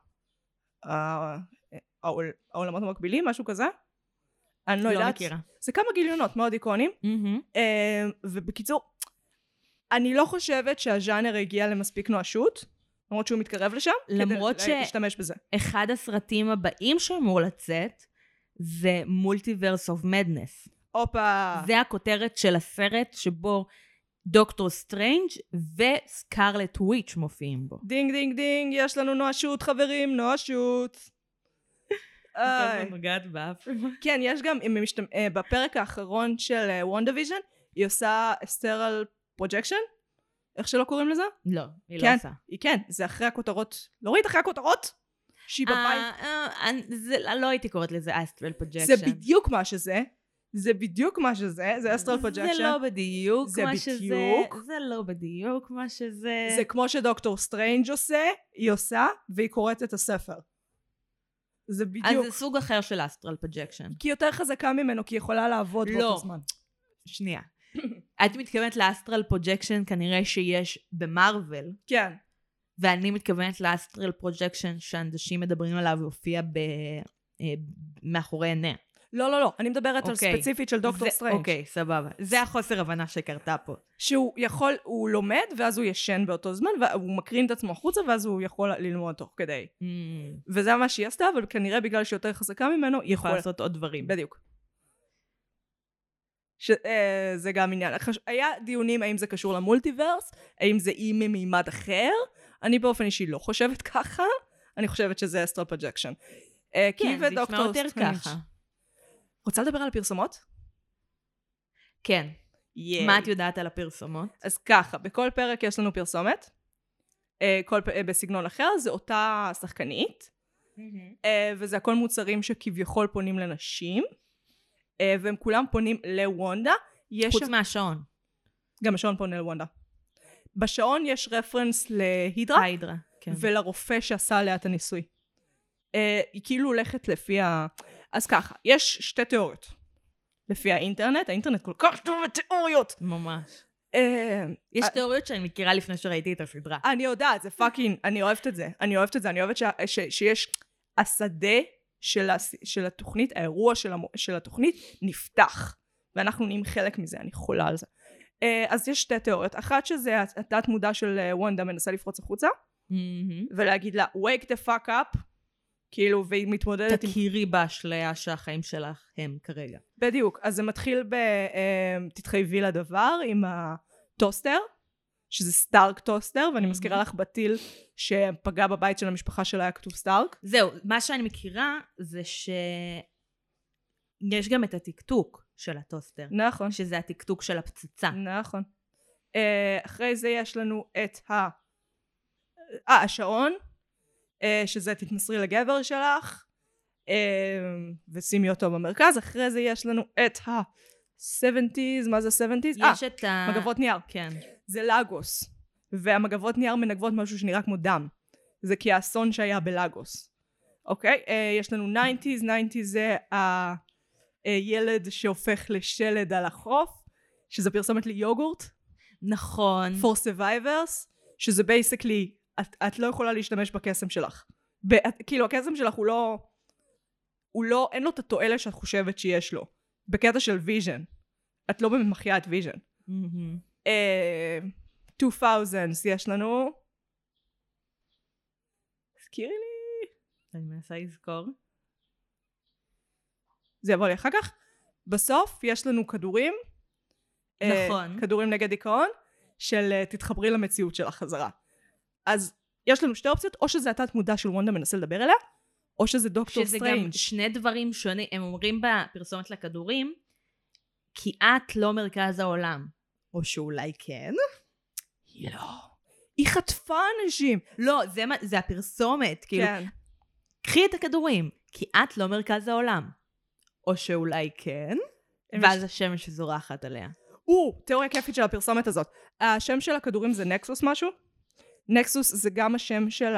העולמות המקבילים, משהו כזה. אני לא יודעת. מכירה. זה כמה גיליונות מאוד איקונים. ובקיצור, אני לא חושבת שהז'אנר הגיע למספיק נואשות, למרות שהוא מתקרב לשם, למרות כדי להשתמש בזה. אחד הסרטים הבאים שאמור לצאת, זה מולטיברס אוף מדנס. אופה. זה הכותרת של הסרט שבו דוקטור סטרנג' וסקרלט וויץ' מופיעים בו. דינג דינג דינג, יש לנו נואשות חברים, נואשות. נוגעת באף. כן, יש גם, בפרק האחרון של וונדה ויז'ן, היא עושה אסטרל פרוג'קשן? איך שלא קוראים לזה? לא, היא כן, לא עושה. היא כן, זה אחרי הכותרות. לא ראית אחרי הכותרות? שהיא בבית. לא הייתי קוראת לזה אסטרל פרוג'קשן. זה בדיוק מה שזה. זה בדיוק מה שזה. זה אסטרל פרוג'קשן. זה לא בדיוק זה מה בדיוק. שזה. זה לא בדיוק מה שזה. זה כמו שדוקטור סטרנג' עושה, היא עושה, והיא קוראת את הספר. זה בדיוק. אז זה סוג אחר של אסטרל פרוג'קשן. כי היא יותר חזקה ממנו, כי היא יכולה לעבוד באותו זמן. שנייה. את מתכוונת לאסטרל פרוג'קשן כנראה שיש במרוול. כן. ואני מתכוונת לאסטרל פרוג'קשן שאנשים מדברים עליו והופיע מאחורי עיניה. לא. אני מדברת על ספציפית של דוקטור סטרנג'. אוקיי, סבבה. זה החוסר הבנה שקרתה פה. שהוא יכול, הוא לומד, ואז הוא ישן באותו זמן, והוא מקרין את עצמו החוצה, ואז הוא יכול ללמוד תוך כדי. וזה מה שהיא עשתה, אבל כנראה בגלל שהיא יותר חזקה ממנו, היא יכולה לעשות עוד דברים. בדיוק. זה גם עניין. היה דיונים האם זה קשור למולטיברס, האם זה אי ממימד אחר. אני באופן אישי לא חושבת ככה. אני חושבת שזה אסטרל פרוג'קשן. כן, זה ישמע יותר ככה. רוצה לדבר על הפרסומות? כן. מה את יודעת על הפרסומות? אז ככה, בכל פרק יש לנו פרסומת. בסגנון אחר, זה אותה שחקנית. וזה הכל מוצרים שכביכול פונים לנשים. והם כולם פונים לוונדה. חוץ מהשעון. גם השעון פונה לוונדה. בשעון יש רפרנס להידרה. ההידרה, כן. ולרופא שעשה עליה את הניסוי. היא כאילו הולכת לפי אז ככה, יש שתי תיאוריות. לפי האינטרנט כל כך טוב בתיאוריות. ממש. יש תיאוריות שאני מכירה לפני שראיתי את הסדרה. אני יודעת, זה פאקינג, אני אוהבת את זה. אני אוהבת שיש השדה של התוכנית, האירוע של התוכנית נפתח. ואנחנו נהיים חלק מזה, אני חולה על זה. אז יש שתי תיאוריות. אחת שזה התת מודע של וונדה מנסה לפרוץ החוצה. ולהגיד לה, wake the fuck up. כאילו, והיא מתמודדת תכירי באשליה שהחיים שלך הם כרגע. בדיוק. אז זה מתחיל תתחייבי לדבר עם הטוסטר, שזה סטארק טוסטר, ואני מזכירה לך בטיל שפגע בבית של המשפחה שלה היה כתוב סטארק. זהו, מה שאני מכירה זה שיש גם את התקתוק של הטוסטר. נכון. שזה התקתוק של הפצצה. נכון. אחרי זה יש לנו את השעון, שזה תתמסרי לגבר שלך, ושימי אותו במרכז. אחרי זה יש לנו את ה-70s, מה זה 70s? יש את מגבות נייר. כן. זה לגוס. והמגבות נייר מנגבות משהו שנראה כמו דם. זה כי האסון שהיה בלגוס. אוקיי? יש לנו 90s, 90s זה הילד שהופך לשלד על החוף, שזה פרסומת ליוגורט. נכון. For survivors, שזה basically, את לא יכולה להשתמש בקסם שלך. כאילו הקסם שלך הוא לא, אין לו את התועלת שאת חושבת שיש לו. בקטע של ויז'ן. את לא באמת מחיה את ויז'ן. 2000s יש לנו. הזכירי לי. אני מנסה לזכור. זה יבוא לי אחר כך. בסוף יש לנו כדורים. נכון. כדורים נגד דיכאון, של תתחברי למציאות שלך חזרה. אז יש לנו שתי אופציות, או שזה התת מודע של וונדה מנסה לדבר אליה, או שזה דוקטור סטרנג'. שזה גם שני דברים שונים. הם אומרים בפרסומת לכדורים, כי את לא מרכז העולם. או שאולי כן? היא לא. היא חטפה אנשים. לא, זה הפרסומת. כאילו, קחי את הכדורים, כי את לא מרכז העולם. או שאולי כן, ואז השמש זורחת עליה. תיאוריה כיפית של הפרסומת הזאת. השם של הכדורים זה נקסוס משהו. נקסוס זה גם השם של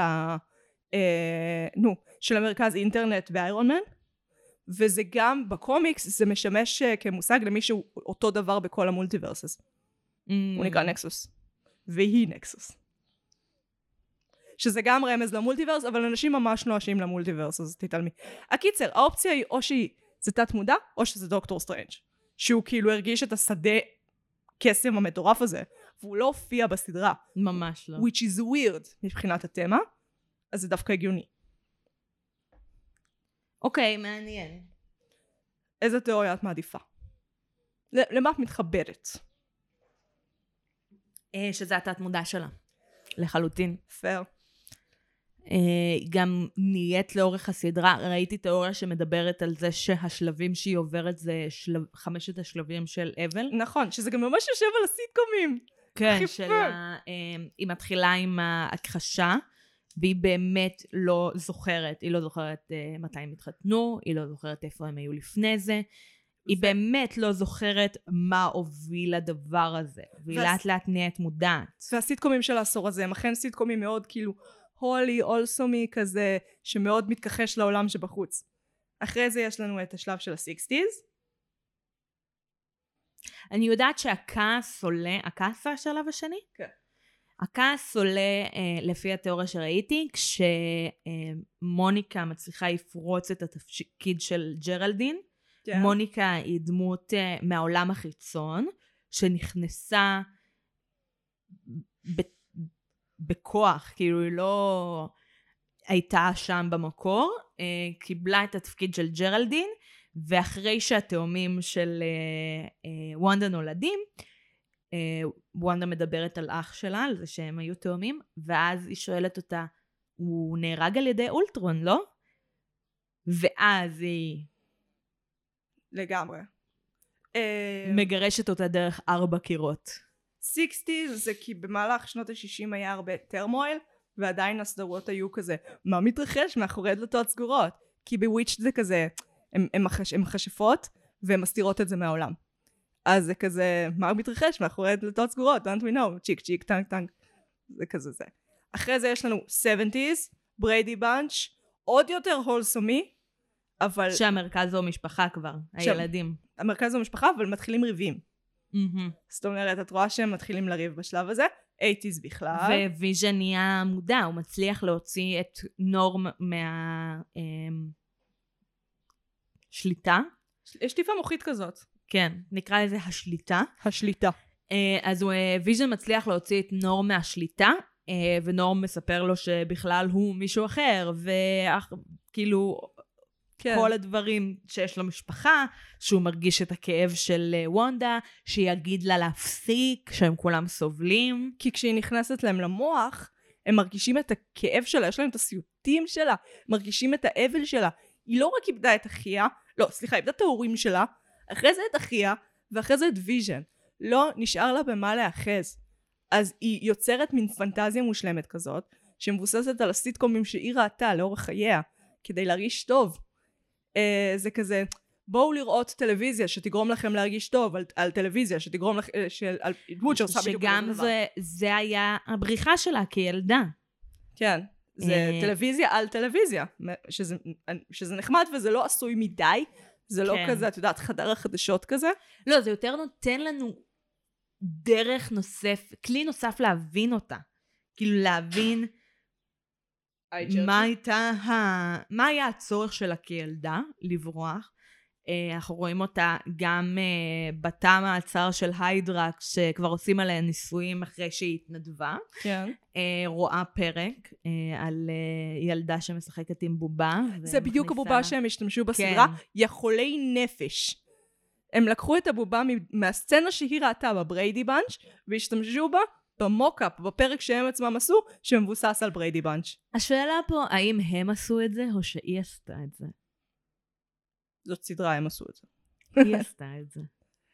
של המרכז אינטרנט באיירון מן. וזה גם בקומיקס, זה משמש כמושג למישהו אותו דבר בכל המולטיברסס. הוא נקרא נקסוס. והיא נקסוס. שזה גם רמז למולטיברס, אבל אנשים ממש נואשים למולטיברס, אז תתעלמי. הקיצר, האופציה היא או שזה תת מודע, או שזה דוקטור סטרנג'. שהוא כאילו הרגיש את השדה קסם המטורף הזה, והוא לא הופיע בסדרה. ממש לא. Which is weird מבחינת התמה, אז זה דווקא הגיוני. אוקיי, מעניין. איזה תיאוריה את מעדיפה? למה את מתחברת? שזה התת מודע שלה. לחלוטין. פייר. גם נהיית לאורך הסדרה, ראיתי תיאוריה שמדברת על זה שהשלבים שהיא עוברת זה 5 השלבים של אבל. נכון, שזה גם ממש יושב על הסיטקומים. כן, היא מתחילה עם ההכחשה, והיא באמת לא זוכרת, היא לא זוכרת מתי הם התחתנו, היא לא זוכרת איפה הם היו לפני זה, היא באמת לא זוכרת מה הוביל לדבר הזה, והיא לאט לאט נהיית מודעת. והסיטקומים של העשור הזה הם אכן סיטקומים מאוד כאילו הולי, אולסומי כזה, שמאוד מתכחש לעולם שבחוץ. אחרי זה יש לנו את השלב של ה-60s. אני יודעת שהכעס עולה, הכעס זה השלב השני? כן. הכעס עולה לפי התיאוריה שראיתי, כשמוניקה מצליחה לפרוץ את התפקיד של ג'רלדין. כן. מוניקה היא דמות מהעולם החיצון, שנכנסה בכוח, כאילו היא לא הייתה שם במקור, קיבלה את התפקיד של ג'רלדין, ואחרי שהתאומים של וונדה נולדים, וונדה מדברת על אח שלה, על זה שהם היו תאומים, ואז היא שואלת אותה, הוא נהרג על ידי אולטרון, לא? ואז היא לגמרי. מגרשת אותה דרך 4 קירות. 60s זה כי במהלך שנות ה-60 היה הרבה טרמויל, ועדיין הסדרות היו כזה, מה מתרחש מאחורי דלתות סגורות? כי בוויץ' זה כזה, הם מכשפות, והן מסתירות את זה מהעולם. אז זה כזה, מה מתרחש מאחורי דלתות סגורות? Don't we know? צ'יק צ'יק, טנק טנק. זה כזה זה. אחרי זה יש לנו 70s, בריידי בנץ', עוד יותר הולסומי, אבל... שהמרכז הוא משפחה כבר, הילדים. המרכז הוא משפחה, אבל מתחילים ריבים. זאת אומרת, את רואה שהם מתחילים לריב בשלב הזה, 80s בכלל. וויז'ן נהיה מודע, הוא מצליח להוציא את נורם שליטה. יש טיפה מוחית כזאת. כן, נקרא לזה השליטה. השליטה. אז ויז'ן מצליח להוציא את נורם מהשליטה, ונורם מספר לו שבכלל הוא מישהו אחר, וכאילו כן. כל הדברים שיש לו משפחה, שהוא מרגיש את הכאב של וונדה, שיגיד לה להפסיק, שהם כולם סובלים. כי כשהיא נכנסת להם למוח, הם מרגישים את הכאב שלה, יש להם את הסיוטים שלה, מרגישים את האבל שלה. היא לא רק איבדה את אחיה, לא, סליחה, איבדה את ההורים שלה, אחרי זה את אחיה, ואחרי זה את ויז'ן. לא נשאר לה במה להאחז. אז היא יוצרת מין פנטזיה מושלמת כזאת, שמבוססת על הסיטקומים שהיא ראתה לאורך חייה, כדי להרגיש טוב. זה כזה, בואו לראות טלוויזיה שתגרום לכם להרגיש טוב, על טלוויזיה שתגרום לכם, על דמות שעושה בדיוק שגם זה היה הבריחה שלה כילדה. כן, זה טלוויזיה על טלוויזיה, שזה נחמד וזה לא עשוי מדי, זה לא כזה, את יודעת, חדר החדשות כזה. לא, זה יותר נותן לנו דרך נוסף, כלי נוסף להבין אותה. כאילו להבין מה היה הצורך שלה כילדה לברוח. אנחנו רואים אותה גם בתא המעצר של היידרקס, שכבר עושים עליה ניסויים אחרי שהיא התנדבה. כן. רואה פרק על ילדה שמשחקת עם בובה. זה בדיוק הבובה שהם השתמשו בסדרה, יכולי נפש. הם לקחו את הבובה מהסצנה שהיא ראתה בבריידי בנץ' והשתמשו בה במוקאפ, בפרק שהם עצמם עשו, שמבוסס על בריידי בנץ'. השאלה פה, האם הם עשו את זה או שהיא עשתה את זה? זאת סדרה, הם עשו את זה. היא עשתה את זה.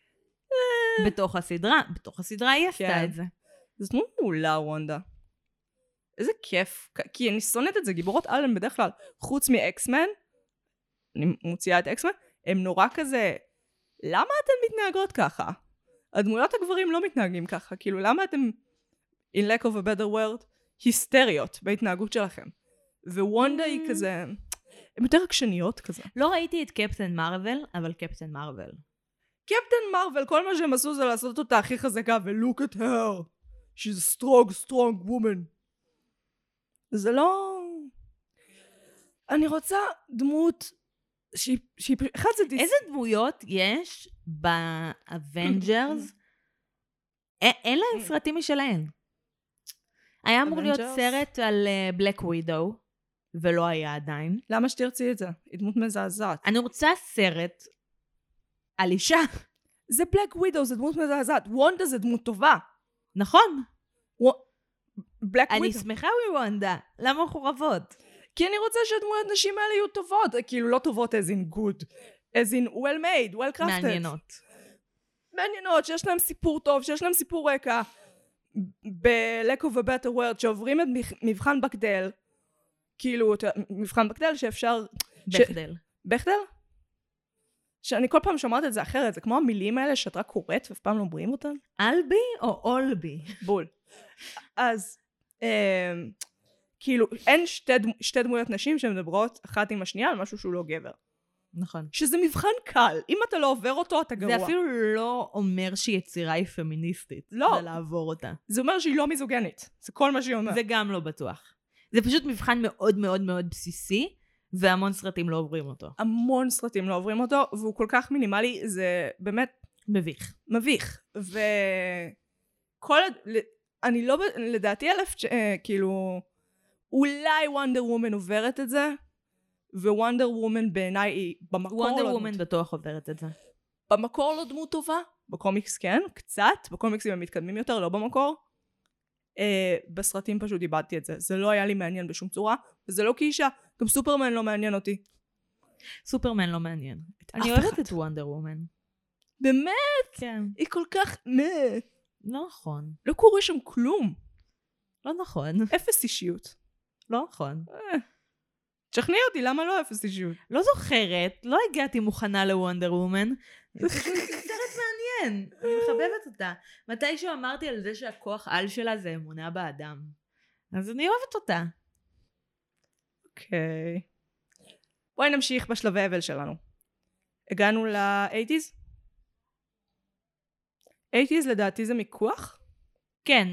בתוך הסדרה היא עשתה את זה. זאת דמות מעולה, וונדה. איזה כיף. כי אני שונאת את זה, גיבורות על הן בדרך כלל, חוץ מאקסמן, אני מוציאה את אקסמן, הם נורא כזה, למה אתן מתנהגות ככה? הדמויות הגברים לא מתנהגים ככה, כאילו למה אתם, in lack of a better word, היסטריות בהתנהגות שלכם. ווונדה היא כזה, הן יותר רגשניות כזה. לא ראיתי את קפטן מרוול, אבל קפטן מרוול. קפטן מרוול, כל מה שהם עשו זה לעשות אותה הכי חזקה, ו-look at her, she's a strong woman. זה לא... אני רוצה דמות שהיא אחד זה... איזה דמויות יש באבנג'רס? אין להם סרטים משלהם. היה אמור להיות סרט על בלק ווידו, ולא היה עדיין. למה שתרצי את זה? היא דמות מזעזעת. אני רוצה סרט על אישה. זה בלק ווידו, זה דמות מזעזעת. וונדה זה דמות טובה. נכון. בלק ווידו. אני שמחה מוונדה. למה אנחנו רבות? כי אני רוצה שהדמויות נשים האלה יהיו טובות. כאילו לא טובות as in good. as in well made, well crafted. מעניינות, שיש להם סיפור טוב, שיש להם סיפור רקע. ב-lack of a better word, שעוברים את מבחן בקדל. כאילו, מבחן בקדל שאפשר... בכדל. בכדל? שאני כל פעם שומעת את זה אחרת, זה כמו המילים האלה שאת רק קוראת ואף פעם לא אומרים אותן. אלבי או אולבי? בול. אז, כאילו, אין שתי דמויות נשים שמדברות אחת עם השנייה על משהו שהוא לא גבר. נכון. שזה מבחן קל. אם אתה לא עובר אותו, אתה גרוע. זה אפילו לא אומר שיצירה היא פמיניסטית. לא. זה לעבור אותה. זה אומר שהיא לא מיזוגנית. זה כל מה שהיא אומרת. זה גם לא בטוח. זה פשוט מבחן מאוד מאוד מאוד בסיסי, והמון סרטים לא עוברים אותו. המון סרטים לא עוברים אותו, והוא כל כך מינימלי, זה באמת... מביך. אני לא... לדעתי כאילו... אולי וונדר וומן עוברת את זה, ווונדר וומן בעיניי היא במקור... וונדר וומן בטוח עוברת את זה. במקור לא דמות טובה, בקומיקס כן, קצת, בקומיקסים הם מתקדמים יותר, לא במקור. בסרטים פשוט איבדתי את זה, זה לא היה לי מעניין בשום צורה, וזה לא כאישה, גם סופרמן לא מעניין אותי. סופרמן לא מעניין. אני אוהבת את וונדר וומן. באמת? כן. היא כל כך... לא נכון. לא קורה שם כלום. לא נכון. אפס אישיות. לא נכון. תשכנעי אותי, למה לא אפס אישיות? לא זוכרת, לא הגעתי מוכנה לוונדר וומן. זה סרט מעניין, אני מחבבת אותה. מתישהו אמרתי על זה שהכוח על שלה זה אמונה באדם. אז אני אוהבת אותה. אוקיי. בואי נמשיך בשלבי אבל שלנו. הגענו ל-80s? 80s לדעתי זה מיקוח? כן,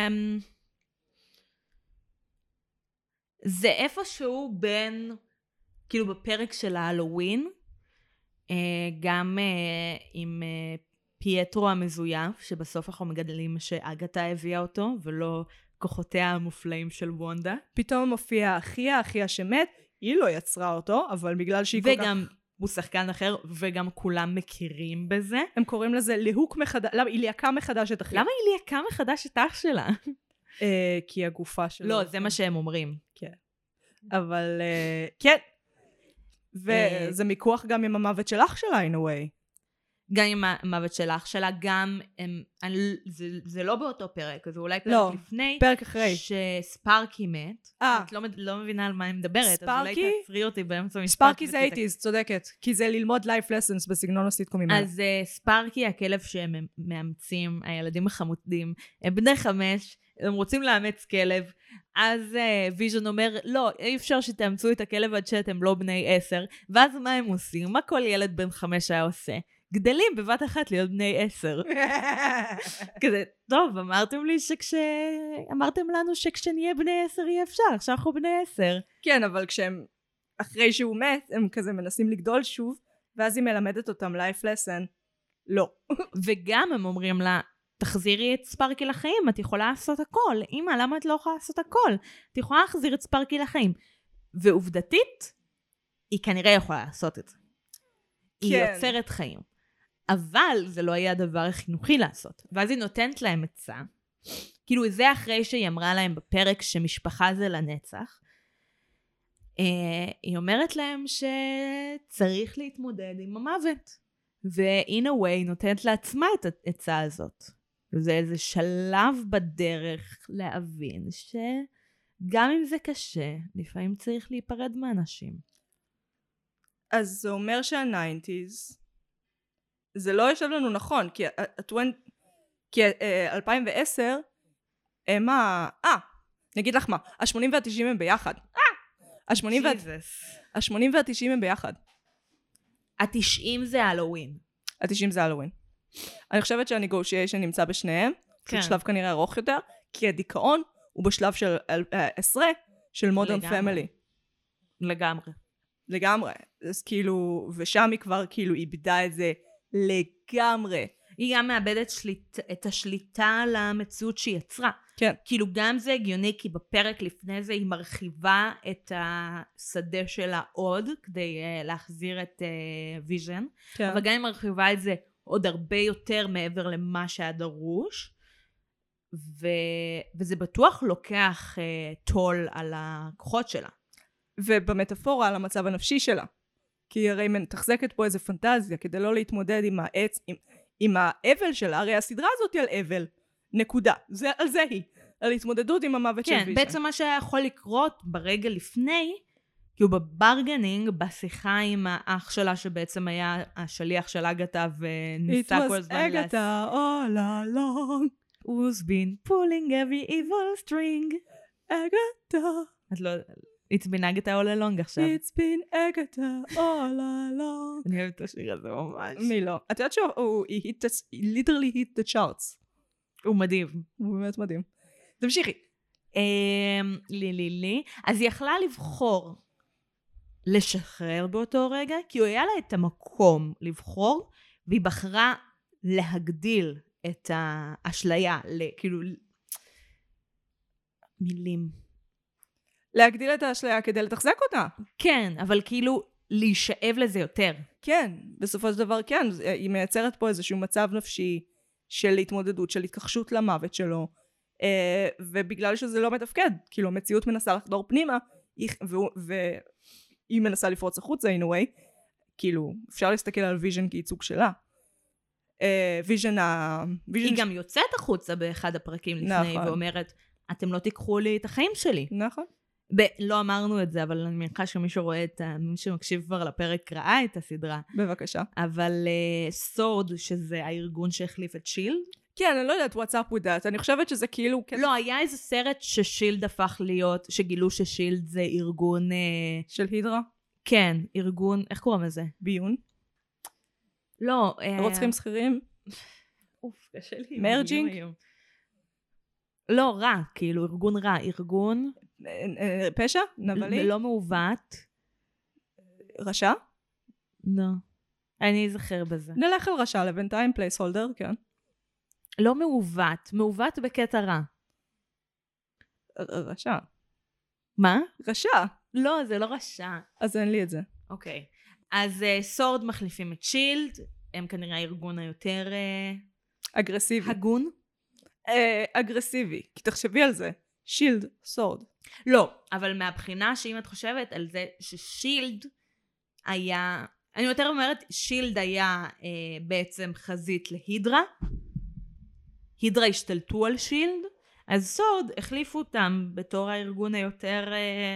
זה איפשהו בין, כאילו בפרק של ההלווין, גם עם פייטרו המזויף, שבסוף אנחנו מגדלים שאגתה הביאה אותו, ולא כוחותיה המופלאים של וונדה. פתאום מופיע אחיה שמת, היא לא יצרה אותו, אבל בגלל שהיא כל כך... וגם הוא שחקן אחר, וגם כולם מכירים בזה. הם קוראים לזה להוק מחדש, למה? היא ליהקה מחדש את אחיה. למה היא ליהקה מחדש את אח שלה? כי הגופה שלו... לא, זה מה שהם אומרים. כן. אבל כן. וזה מיקוח גם עם המוות של אח שלה, in a way. גם עם המוות של אח שלה, גם, זה לא באותו פרק, זה אולי פרק לפני. פרק אחרי. שספארקי מת. את לא מבינה על מה אני מדברת, אז אולי תעצרי אותי באמצע משפט. ספארקי זה 80s, צודקת. כי זה ללמוד life lessons בסגנון הסיטקומים. אז ספארקי, הכלב שהם מאמצים, הילדים החמודים, הם בני 5, הם רוצים לאמץ כלב, אז ויז'ן אומר, לא, אי אפשר שתאמצו את הכלב עד שאתם לא בני 10, ואז מה הם עושים? מה כל ילד בן 5 היה עושה? גדלים בבת אחת להיות בני 10. כזה, טוב, אמרתם לנו שכשנהיה בני 10 יהיה אפשר, עכשיו אנחנו בני 10. כן, אבל כשהם, אחרי שהוא מת, הם כזה מנסים לגדול שוב, ואז היא מלמדת אותם life lesson, לא. וגם הם אומרים לה, תחזירי את ספארקי לחיים, את יכולה לעשות הכל. אמא, למה את לא יכולה לעשות הכל? את יכולה להחזיר את ספארקי לחיים. ועובדתית, היא כנראה יכולה לעשות את זה. היא יוצרת חיים. אבל זה לא היה הדבר החינוכי לעשות. ואז היא נותנת להם עצה. כאילו זה אחרי שהיא אמרה להם בפרק שמשפחה זה לנצח. היא אומרת להם שצריך להתמודד עם המוות. ו-in a way היא נותנת לעצמה את העצה הזאת. וזה איזה שלב בדרך להבין שגם אם זה קשה, לפעמים צריך להיפרד מאנשים. אז זה אומר שה-90s, זה לא יושב לנו נכון, כי 2010, הם נגיד לך מה, ה-80 וה-90 הם ביחד. ה-80 וה-90 הם ביחד. ה-90 זה הלווין. ה-90 זה הלווין. אני חושבת שהנגושיישן נמצא בשניהם, פשוט שלב כנראה ארוך יותר, כי הדיכאון הוא בשלב של 10 של מודרן פמילי. לגמרי. אז כאילו, ושם היא כבר כאילו איבדה את זה לגמרי. היא גם מאבדת את השליטה על המציאות שהיא יצרה. כן. כאילו גם זה הגיוני, כי בפרק לפני זה היא מרחיבה את השדה שלה עוד, כדי להחזיר את ויז'ן. כן. אבל גם היא מרחיבה את זה עוד הרבה יותר מעבר למה שהיה דרוש. וזה בטוח לוקח טול על הכוחות שלה. ובמטאפורה על המצב הנפשי שלה. כי היא הרי מתחזקת פה איזה פנטזיה, כדי לא להתמודד עם האבל שלה. הרי הסדרה הזאת היא על אבל. נקודה. על זה היא. על התמודדות עם המוות של כן, ויז'ן. בעצם מה שהיה יכול לקרות ברגע לפני, כי הוא בברגנינג, בשיחה עם האח שלה, שבעצם היה השליח של אגתה, וניסה כל הזמן It was אגתה all along. Who's been pulling every evil string? אגתה. את לא... It's been אגתה all along עכשיו. It's been אגתה all along. אני אוהבת את השיר הזה ממש. מי לא? את יודעת שהוא literally hit the charts. הוא מדהים. הוא באמת מדהים. תמשיכי. לי. אז היא יכלה לבחור לשחרר באותו רגע, כי הוא היה לה את המקום לבחור, והיא בחרה להגדיל את האשליה, כאילו, מילים. להגדיל את האשליה כדי לתחזק אותה. כן, אבל כאילו להישאב לזה יותר. כן, בסופו של דבר כן, היא מייצרת פה איזשהו מצב נפשי של התמודדות, של התכחשות למוות שלו, ובגלל שזה לא מתפקד, כאילו המציאות מנסה לחדור פנימה, והיא מנסה לפרוץ החוצה in a way, כאילו אפשר להסתכל על ויז'ן כייצוג שלה. היא גם יוצאת החוצה באחד הפרקים לפני, ואומרת, אתם לא תיקחו לי את החיים שלי. נכון. לא אמרנו את זה, אבל אני מניחה שמישהו רואה מי שמקשיב כבר לפרק ראה את הסדרה. בבקשה. אבל סורד, שזה הארגון שהחליף את שילד. כן, אני לא יודעת what's up with that. אני חושבת שזה כאילו... לא, היה איזה סרט ששילד הפך להיות, שגילו ששילד זה ארגון... של הידרה? כן, ארגון, איך קוראים לזה? ביון? לא. רוצחים שכירים? אוף, קשה לי. מרג'ינג? לא, רע, כאילו, ארגון רע. ארגון... פשע? נבלי? לא מעוות. רשע? לא. אני אזכר בזה. נלך על רשע לבינתיים, פלייסהולדר, כן. לא מעוות. מעוות בקטע רע. רשע. מה? רשע. לא, זה לא רשע. אז אין לי את זה. אוקיי. אז סורד מחליפים את שילד. הם כנראה הארגון היותר... אגרסיבי. הגון? אגרסיבי. כי תחשבי על זה. שילד, סורד. לא, אבל מהבחינה שאם את חושבת על זה ששילד היה... אני יותר אומרת, שילד היה בעצם חזית להידרה. הידרה השתלטו על שילד. אז סורד החליפו אותם בתור הארגון היותר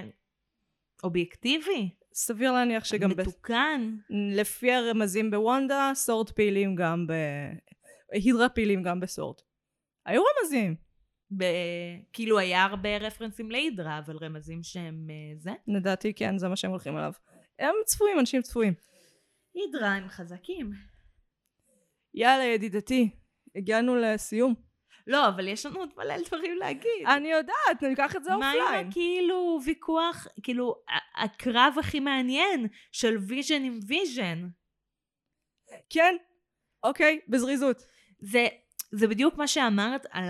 אובייקטיבי. סביר להניח שגם... מתוקן. לפי הרמזים בוונדה, סורד פעילים גם הידרה פעילים גם בסורד. היו רמזים. כאילו היה הרבה רפרנסים להידרה, אבל רמזים שהם זה? לדעתי כן, זה מה שהם הולכים עליו. הם צפויים, אנשים צפויים. הידרה הם חזקים. יאללה ידידתי, הגענו לסיום. לא, אבל יש לנו עוד מלא דברים להגיד. אני יודעת, ניקח את זה אופליין. מה עם כאילו ויכוח, כאילו הקרב הכי מעניין של ויז'ן עם ויז'ן? כן, אוקיי, בזריזות. זה בדיוק מה שאמרת על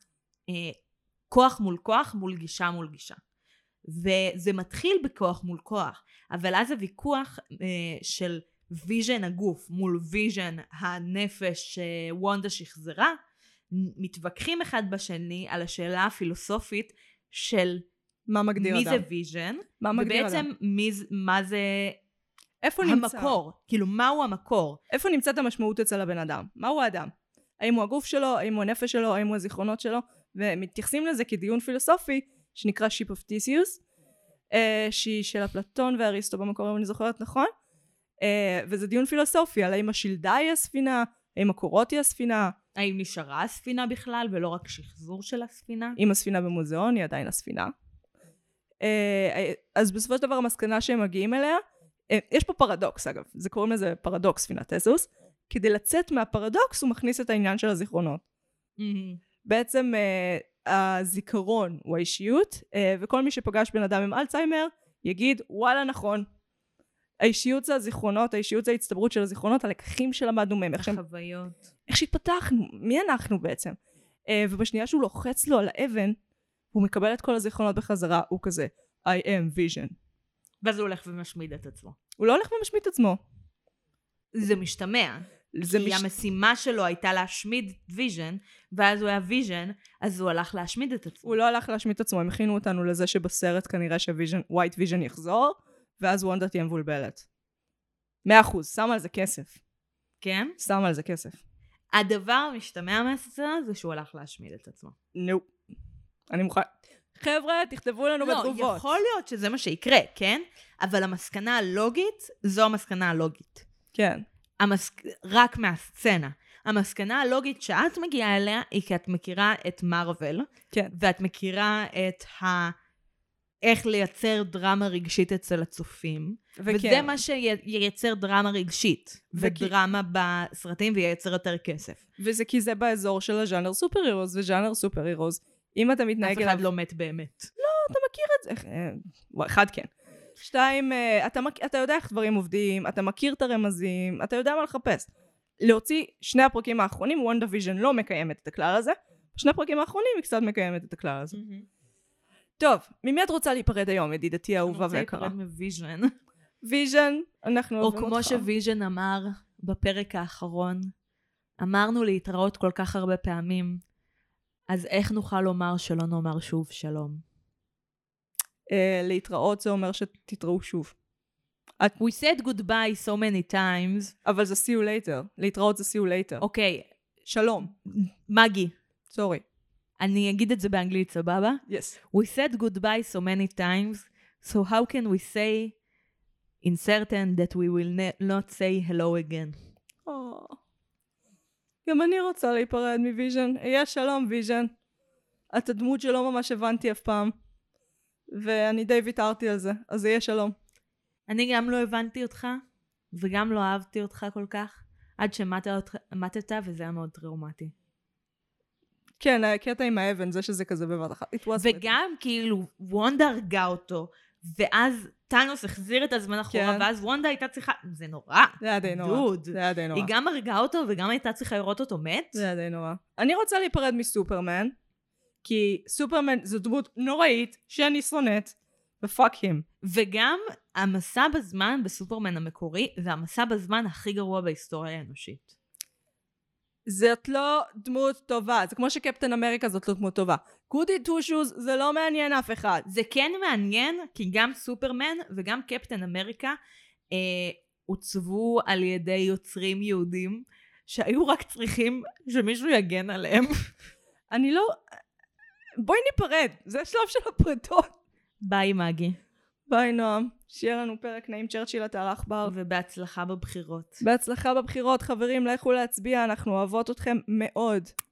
כוח מול כוח מול גישה מול גישה. וזה מתחיל בכוח מול כוח, אבל אז הוויכוח של ויז'ן הגוף מול ויז'ן הנפש שוונדה שחזרה, מתווכחים אחד בשני על השאלה הפילוסופית של מה מגדיר מי אדם? זה ויז'ן, מה מגדיר ובעצם אדם? מה זה איפה המקור, נמצא? כאילו מהו המקור? איפה נמצאת המשמעות אצל הבן אדם? מהו האדם? האם הוא הגוף שלו, האם הוא הנפש שלו, האם הוא הזיכרונות שלו, ומתייחסים לזה כדיון פילוסופי שנקרא Ship of Theseus, שהיא של אפלטון ואריסטו במקור, אם אני זוכרת נכון, וזה דיון פילוסופי על האם השלדה היא הספינה, האם הקורות היא הספינה, האם נשארה הספינה בכלל ולא רק שחזור של הספינה? אם הספינה במוזיאון היא עדיין הספינה. אז בסופו של דבר המסקנה שהם מגיעים אליה, יש פה פרדוקס אגב, זה קוראים לזה פרדוקס ספינת תזוס, כדי לצאת מהפרדוקס הוא מכניס את העניין של הזיכרונות. בעצם הזיכרון הוא האישיות, וכל מי שפגש בן אדם עם אלצהיימר יגיד וואלה נכון, האישיות זה הזיכרונות, האישיות זה ההצטברות של הזיכרונות, הלקחים שלמדנו מהם, החוויות. איך שהתפתחנו, מי אנחנו בעצם? ובשנייה שהוא לוחץ לו על האבן, הוא מקבל את כל הזיכרונות בחזרה, הוא כזה, I am vision. ואז הוא הולך ומשמיד את עצמו. הוא לא הולך ומשמיד את עצמו. זה משתמע. כי המשימה שלו הייתה להשמיד ויז'ן, ואז הוא היה ויז'ן, אז הוא הלך להשמיד את עצמו. הוא לא הלך להשמיד את עצמו, הם הכינו אותנו לזה שבסרט כנראה שווייט ויז'ן יחזור, ואז וונדה תהיה מבולבלת. 100%, שם על זה כסף. כן? שם על זה כסף. הדבר המשתמע מהסצנה זה שהוא הלך להשמיד את עצמו. נו. אני מוכן. חבר'ה, תכתבו לנו בתגובות. לא, יכול להיות שזה מה שיקרה, כן? אבל המסקנה הלוגית, זו המסקנה הלוגית. כן. רק מהסצנה. המסקנה הלוגית שאת מגיעה אליה, היא כי את מכירה את מרוול, כן. ואת מכירה את איך לייצר דרמה רגשית אצל הצופים. וזה מה שייצר דרמה רגשית. ודרמה בסרטים וייצר יותר כסף. וזה כי זה באזור של הז'אנר סופר הירוז, וז'אנר סופר הירוז. אם אתה מתנהג אף אחד לא מת באמת. לא, אתה מכיר את זה. אחד כן. 2, אתה יודע איך דברים עובדים, אתה מכיר את הרמזים, אתה יודע מה לחפש. להוציא 2 הפרקים האחרונים, WandaVision לא מקיימת את הכלל הזה, 2 הפרקים האחרונים היא קצת מקיימת את הכלל הזה. טוב, ממי את רוצה להיפרד היום, ידידתי האהובה והיקרה? אני רוצה להיפרד מוויז'ן. ויז'ן, אנחנו אוהבים אותך. או כמו שוויז'ן אמר בפרק האחרון, אמרנו להתראות כל כך הרבה פעמים, אז איך נוכל לומר שלא נאמר שוב שלום? להתראות זה אומר שתתראו שוב. We said goodbye so many times. אבל זה see you later. להתראות זה see you later. אוקיי. שלום. מגי. סורי. אני אגיד את זה באנגלית, סבבה? Yes. We said goodbye so many times, so how can we say in certain that we will not say hello again? גם אני רוצה להיפרד מוויז'ן. יהיה שלום ויז'ן. את הדמות שלא ממש הבנתי אף פעם. ואני די ויתרתי על זה. אז יהיה שלום. אני גם לא הבנתי אותך, וגם לא אהבתי אותך כל כך, עד שמתת וזה היה מאוד טראומטי. כן, הקטע עם האבן, זה שזה כזה בבת אחת. וגם כאילו וונדה הרגה אותו, ואז טאנוס החזיר את הזמן אחורה, ואז וונדה הייתה צריכה, זה נורא. זה היה די נורא. דוד. זה היה די נורא. היא גם הרגה אותו וגם הייתה צריכה לראות אותו מת. זה היה די נורא. אני רוצה להיפרד מסופרמן, כי סופרמן זו דמות נוראית שאני שונאת, ופאק הם. וגם המסע בזמן בסופרמן המקורי, זה המסע בזמן הכי גרוע בהיסטוריה האנושית. זאת לא דמות טובה, זה כמו שקפטן אמריקה זאת לא דמות טובה. גודי טו שוז זה לא מעניין אף אחד. זה כן מעניין, כי גם סופרמן וגם קפטן אמריקה עוצבו על ידי יוצרים יהודים, שהיו רק צריכים שמישהו יגן עליהם. אני לא... בואי ניפרד, זה השלב של הפרדות. ביי מגי. ביי נועם, שיהיה לנו פרק נעים צ'רצ'יל אתה על עכבר. ובהצלחה בבחירות. בהצלחה בבחירות, חברים, לכו להצביע, אנחנו אוהבות אתכם מאוד.